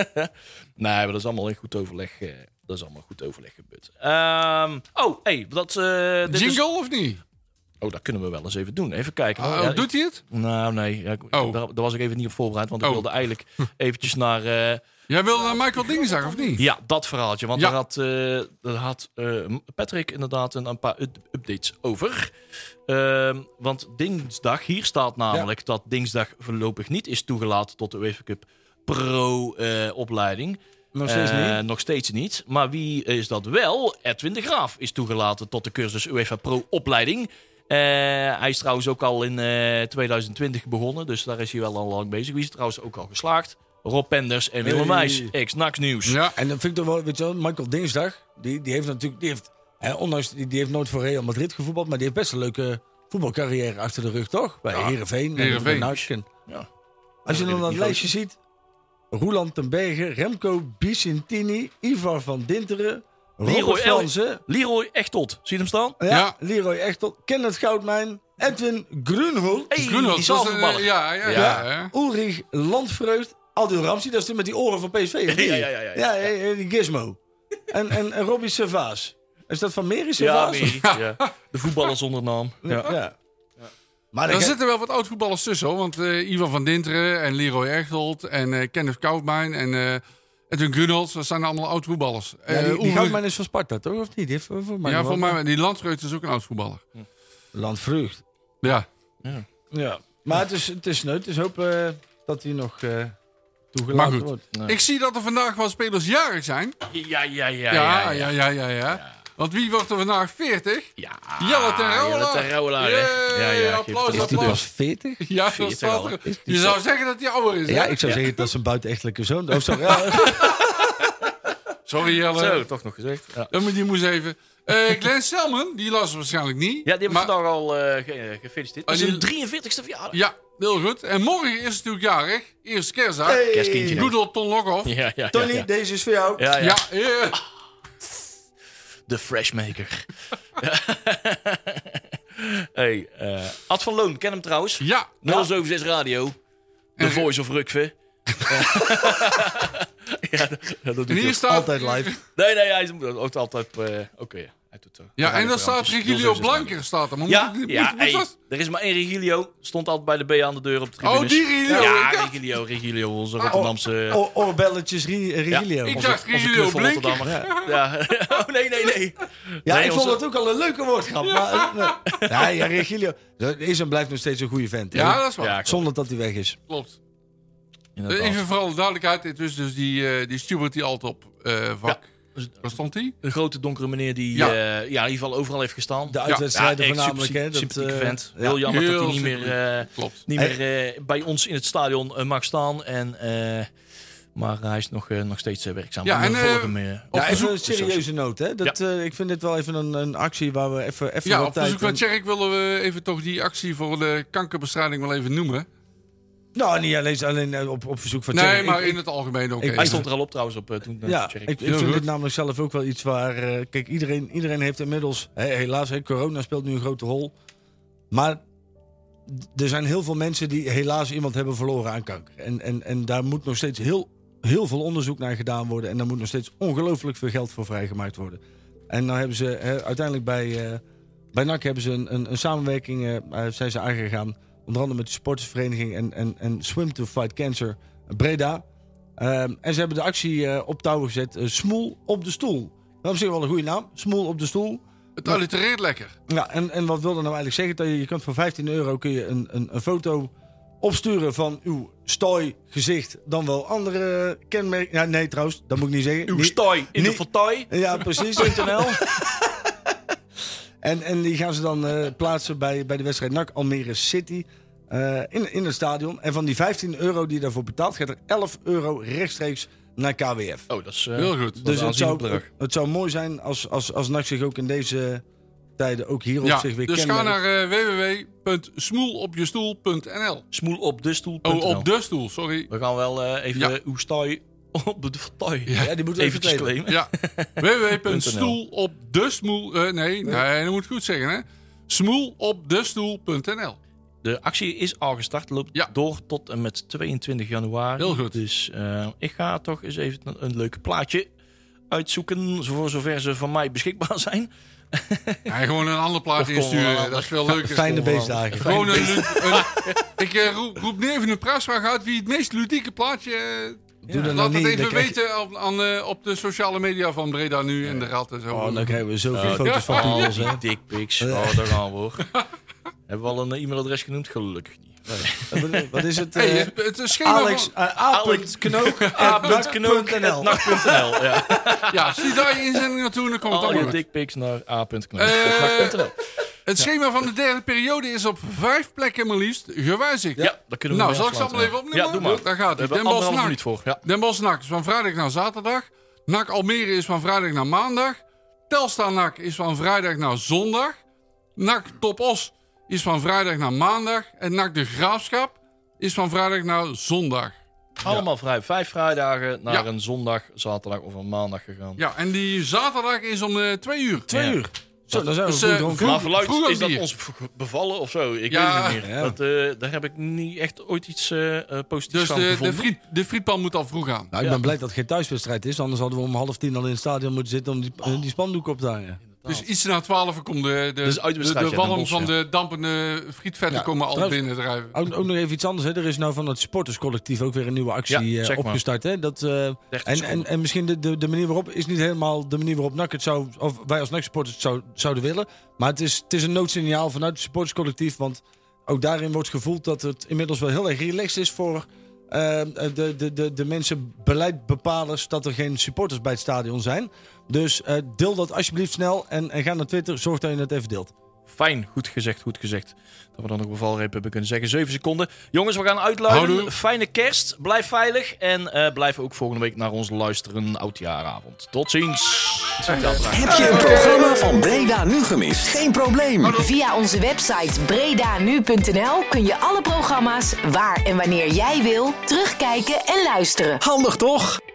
Nee, maar dat is allemaal in goed overleg. Uh, dat is allemaal goed overleg gebeurd. Um, oh, hey, dat... Uh, dit Jingle is... of niet? Oh, dat kunnen we wel eens even doen. Even kijken. Oh, Ja, doet hij het? Nou, nee. Ja, ik- Oh. daar, daar was ik even niet op voorbereid. Want ik Oh. wilde eigenlijk eventjes naar... Uh, Jij wilde naar Michael Dingen zeggen, of niet? ja, dat verhaaltje. Want Ja. daar had, uh, daar had uh, Patrick inderdaad een, een paar up- updates over. Uh, want dinsdag, hier staat namelijk dat dinsdag voorlopig niet is toegelaten tot de UEFA Cup Pro-opleiding. Nog steeds Uh, niet. nog steeds niet. Maar wie is dat wel? Edwin de Graaf is toegelaten tot de cursus UEFA Pro-opleiding. Uh, hij is trouwens ook al in uh, twintig twintig begonnen. Dus daar is hij wel al lang bezig. Wie is trouwens ook al geslaagd? Rob Penders en Willem Hey. Wijs, ex-N A C Nieuws. Ja. En dan vind ik toch wel, weet je wel, Michael Dinsdag, die, die heeft natuurlijk, die heeft, hè, ondanks, die, die heeft nooit voor Real Madrid gevoetbald, maar die heeft best een leuke voetbalcarrière achter de rug, toch? Bij Ja, Heerenveen. en Heerenveen. bij N A C. En Ja. als je Ja, dan dat die lijstje ziet, Roeland ten Berge, Remco Bicentini, Ivar van Dinteren, Leroy Robert El- Fransen, Leroy Echtot, zie je hem staan? ja, Ja. Leroy Echtel, Kenneth Goudmijn, Edwin Grunholt, Hey, Groenholt, die dat is een, zaalvoetballer. eh, ja, ja, ja. Ja. ja. Ulrich Landvreugd, Adil Ramsey, dat is die met die oren van P S V. of niet? Ja, ja, ja, ja. Ja, ja, ja, die Gizmo. En, en, en Robbie Servaas. Is dat van Meri Ja, Servaas? Meri, ja. De voetballer zonder naam. Ja. Ja. Maar Daar dan zitten wel wat oud-voetballers tussen, hoor. Want uh, Ivan van Dinteren en Leroy Echtold en uh, Kenneth Koudmijn en uh, Edwin Grunholz, dat zijn allemaal oud-voetballers. ja, Uh, die, die Ulrich- Goudmijn is van Sparta, toch? Of niet? Die heeft voor, voor mij ja, wel- voor mij, die Landvreugd is ook een oud-voetballer. Landvreugd. Ja. Ja. Maar het is, het is sneu. Dus hopen uh, dat hij nog uh, Maar toegelaten goed. wordt. Nee. Ik zie dat er vandaag wel spelers jarig zijn. Ja, ja, ja, Ja, ja. ja, ja, ja. ja. Want wie wordt er vandaag veertig? Ja, Jelle ten Rouwelaar. Jelle ten Rouwelaar, hè. Yay, Ja, ja. applaus, geef het Is die op. applaus. pas veertig? Ja, dat veertig staat al. er. Is die Je zo- zou zeggen dat hij ouder is, hè? Ja, ik zou Ja. zeggen dat is een buitenechtelijke zoon. Oh, sorry. Ja. Sorry, Jelle. Zo, toch nog gezegd. Ja, Dan moet die moest even... Uh, Glenn Selman, die las waarschijnlijk niet. ja die hebben Maar- we vandaag al uh, ge- gefeliciteerd. Oh, Het is die- een drieënveertigste verjaardag. Ja, heel goed. En morgen is het natuurlijk jarig. Eerste kerstdag. Hey. Kerstkindje. Good old Ton Lokhoff. Ja, Ja, ja, ja. Tony, ja. deze is voor jou. Ja, ja. ja. ja. De Freshmaker. Hey, uh, Ad van Loon, ken hem trouwens. Ja. nul zeven zes Radio. The En- Voice of Rukve. ja, dat, dat doet En hij hier ook. staat... Altijd live. Nee, nee, hij is ook altijd... Uh, Oké, okay, ja. Hij doet, uh, Ja, en dan staat radioprogrammetjes. Regilio nul zeven zes Radio. Blanker staat er. Maar Ja, moet, ik- ja moet, moet hey, dat- er is maar één Regilio. Stond altijd bij de B aan de deur op de Oh, tribunes. die Regilio. Ja, ik dacht, Regilio, Regilio, onze Rotterdamse... O- Oorbelletjes Ri- Regilio. ik Ja, dacht onze Regilio knuffel Blinker. Rotterdammer. Ja. Oh, nee, nee, nee. ja Nee, ik vond onze- het ook al een leuke woordgrap. Maar, nee. ja, ja, Regilio is en blijft nog steeds een goede vent. hè. Ja, dat is waar. Ja, klopt. Zonder dat hij weg is. Klopt. Inderdaad. Even vooral de duidelijkheid. Het was dus die, uh, die steward die altijd op uh, vak... Ja. Waar stond hij? Een grote donkere meneer die Ja. ja. Uh, ja, in ieder geval overal heeft gestaan. De Ja, uitwedstrijden echt voornamelijk. super Hè, dat, sympathieke eh, vent. ja. Heel jammer Heel dat hij niet meer, sympathiek. uh, Klopt. niet meer uh, bij ons in het stadion uh, mag staan. En, uh, maar hij is nog, uh, nog steeds uh, werkzaam. Ja, en, we uh, volgen hem, uh, op Ja, even verzoek- een serieuze noot. Hè? Dat, eh, ik vind dit wel even een, een actie waar we even, even Ja, wat op tijd... verzoek van en- Tjerk willen we even toch die actie voor de kankerbestrijding wel even noemen. Nou, niet alleen, alleen eh, op, op verzoek van Nee, Thierry. maar Ik- in het algemeen ook. ik- hij even. stond er al op trouwens op uh, toen. Uh, Ja, Tjerk. ik, ik Heel vind goed. dit namelijk zelf ook wel iets waar... eh, kijk, iedereen, iedereen heeft inmiddels... Hè, helaas, hè, corona speelt nu een grote rol. Maar d- er zijn heel veel mensen die helaas iemand hebben verloren aan kanker. En, en, en daar moet nog steeds heel, heel veel onderzoek naar gedaan worden. En daar moet nog steeds ongelooflijk veel geld voor vrijgemaakt worden. En dan hebben ze hè, uiteindelijk bij, uh, bij N A C hebben ze een, een, een samenwerking uh, zijn ze aangegaan. Onder andere met de sportersvereniging en, en, en Swim to Fight Cancer Breda. Um, en ze hebben de actie uh, op touw gezet. Uh, Smoel op de stoel. Dat is op zich wel een goede naam. Smoel op de stoel. Het allitereert lekker. Ja, en, en wat wil dat nou eigenlijk zeggen? Dat je, je kunt voor vijftien euro kun je een, een, een foto opsturen van uw stooi gezicht. Dan wel andere kenmerken. Ja, nee, trouwens, dat moet ik niet zeggen. Uw Niet- stooi in de niet- fauteuil. Ja, precies. N L. en, en die gaan ze dan uh, plaatsen bij, bij de wedstrijd N A C Almere City. Uh, in, in het stadion. En van die vijftien euro die je daarvoor betaalt, gaat er elf euro rechtstreeks naar K W F. Oh, dat is uh, Heel goed. dat Dus is een het zou, bedrag. het zou mooi zijn als, als, als N A C zich ook in deze tijden ook hierop Ja, zich weer dus ga kenmerkt. naar uh, w w w punt smoelopjestoel punt n l. Smoel op de stoel. Oh, op de stoel, sorry. We gaan wel uh, even, Ja. uh, hoe sta je op de vertaai? Ja. Ja, die moeten we even Eventjes claimen. claimen. Ja, w w w punt stoel op de smoel. Uh, nee, nee, dat moet ik goed zeggen, hè. smoel op de stoel punt n l. De actie is al gestart, loopt Ja. door tot en met tweeëntwintig januari. Heel goed. Dus uh, ik ga toch eens even een, een leuk plaatje uitzoeken, voor zover ze van mij beschikbaar zijn. Ja, gewoon een ander plaatje Of gewoon een insturen, ander. dat is veel leuker. Fijne beestdagen. Gewoon een, een, ik uh, roep, roep nu even een prijsvraag uit wie het meest ludieke plaatje... Uh, Doe dat laat nou het niet, even dan krijg je- weten op, aan, uh, op de sociale media van Breda Nu en de Rad en zo. Oh, dan krijgen we zoveel Oh, foto's van Oh, Poedels, hè. die dickpics. Oh, daar gaan we hoor. Hebben we al een e-mailadres genoemd? Gelukkig niet. Nee. Wat is het? Hey, eh, het, het schema Alex, van... uh, A. Knook, a punt knook punt n l. at nacht punt n l. Ja. Ja, stuur daar je inzending naartoe en dan komt het Al allemaal je goed. dickpics naar a punt knook Eh, at nacht punt n l. Het schema van de derde periode is op vijf plekken maar liefst gewijzigd. Ja, daar kunnen we Nou, mee zal ik ze afsluiten. allemaal even opnemen? Ja, doe maar. Daar gaat We het. hebben Den Bosch anderhalf N A C. minuut voor. Ja. Den Bosch N A C is van vrijdag naar zaterdag. N A C Almere is van vrijdag naar maandag. Telstar N A C is van vrijdag naar zondag. N A C Top Os is van vrijdag naar maandag. En N A C De Graafschap is van vrijdag naar zondag. Allemaal vrij. Vijf vrijdagen naar Ja. een zondag, zaterdag of een maandag gegaan. Ja, en die zaterdag is om uh, twee uur. Twee Ja. uur. Zo, dan zijn we Dus, goed eh, dronken. vroeg- Maar verluidt, vroeg is dat bier. ons v- bevallen of zo? Ik Ja. weet het niet meer. Ja. Dat, uh, daar heb ik niet echt ooit iets uh, uh, positiefs Dus van de, de, gevonden. friet, de frietpan moet al vroeg aan. Nou, ik Ja. ben blij dat het geen thuiswedstrijd is. Anders hadden we om half tien al in het stadion moeten zitten om die, eh, die spandoek op te hangen. Dus iets na twaalf komt de, de, Dus de, uitwedstrijd, de ja, Den walm Bosch, van ja. de dampende frietvetten Ja, komen al trouwens- binnendrijven. Ook, ook nog even iets anders. Hè. Er is nou van het supporterscollectief ook weer een nieuwe actie Ja, eh, zeg maar. opgestart. Hè. Dat, eh, dertig en, en, seconden. en misschien de, de, de manier waarop is niet helemaal de manier waarop N A C het zou, of wij als N A C supporters het zou, zouden willen. Maar het is, het is een noodsignaal vanuit het supporterscollectief. Want ook daarin wordt gevoeld dat het inmiddels wel heel erg relaxed is voor uh, de, de, de, de mensen, beleidbepalers, dat er geen supporters bij het stadion zijn. Dus uh, deel dat alsjeblieft snel en, en ga naar Twitter. Zorg dat je het even deelt. Fijn, goed gezegd, goed gezegd. Dat we dan nog een valreep hebben kunnen zeggen. Zeven seconden. Jongens, we gaan uitluiden. Houdoe. Fijne kerst. Blijf veilig. En uh, blijf ook volgende week naar ons luisteren. Oudjaaravond. Tot ziens. Zeg dat maar. Heb je een programma van Breda Nu gemist? Geen probleem. Via onze website breda nu punt n l kun je alle programma's waar en wanneer jij wil terugkijken en luisteren. Handig toch?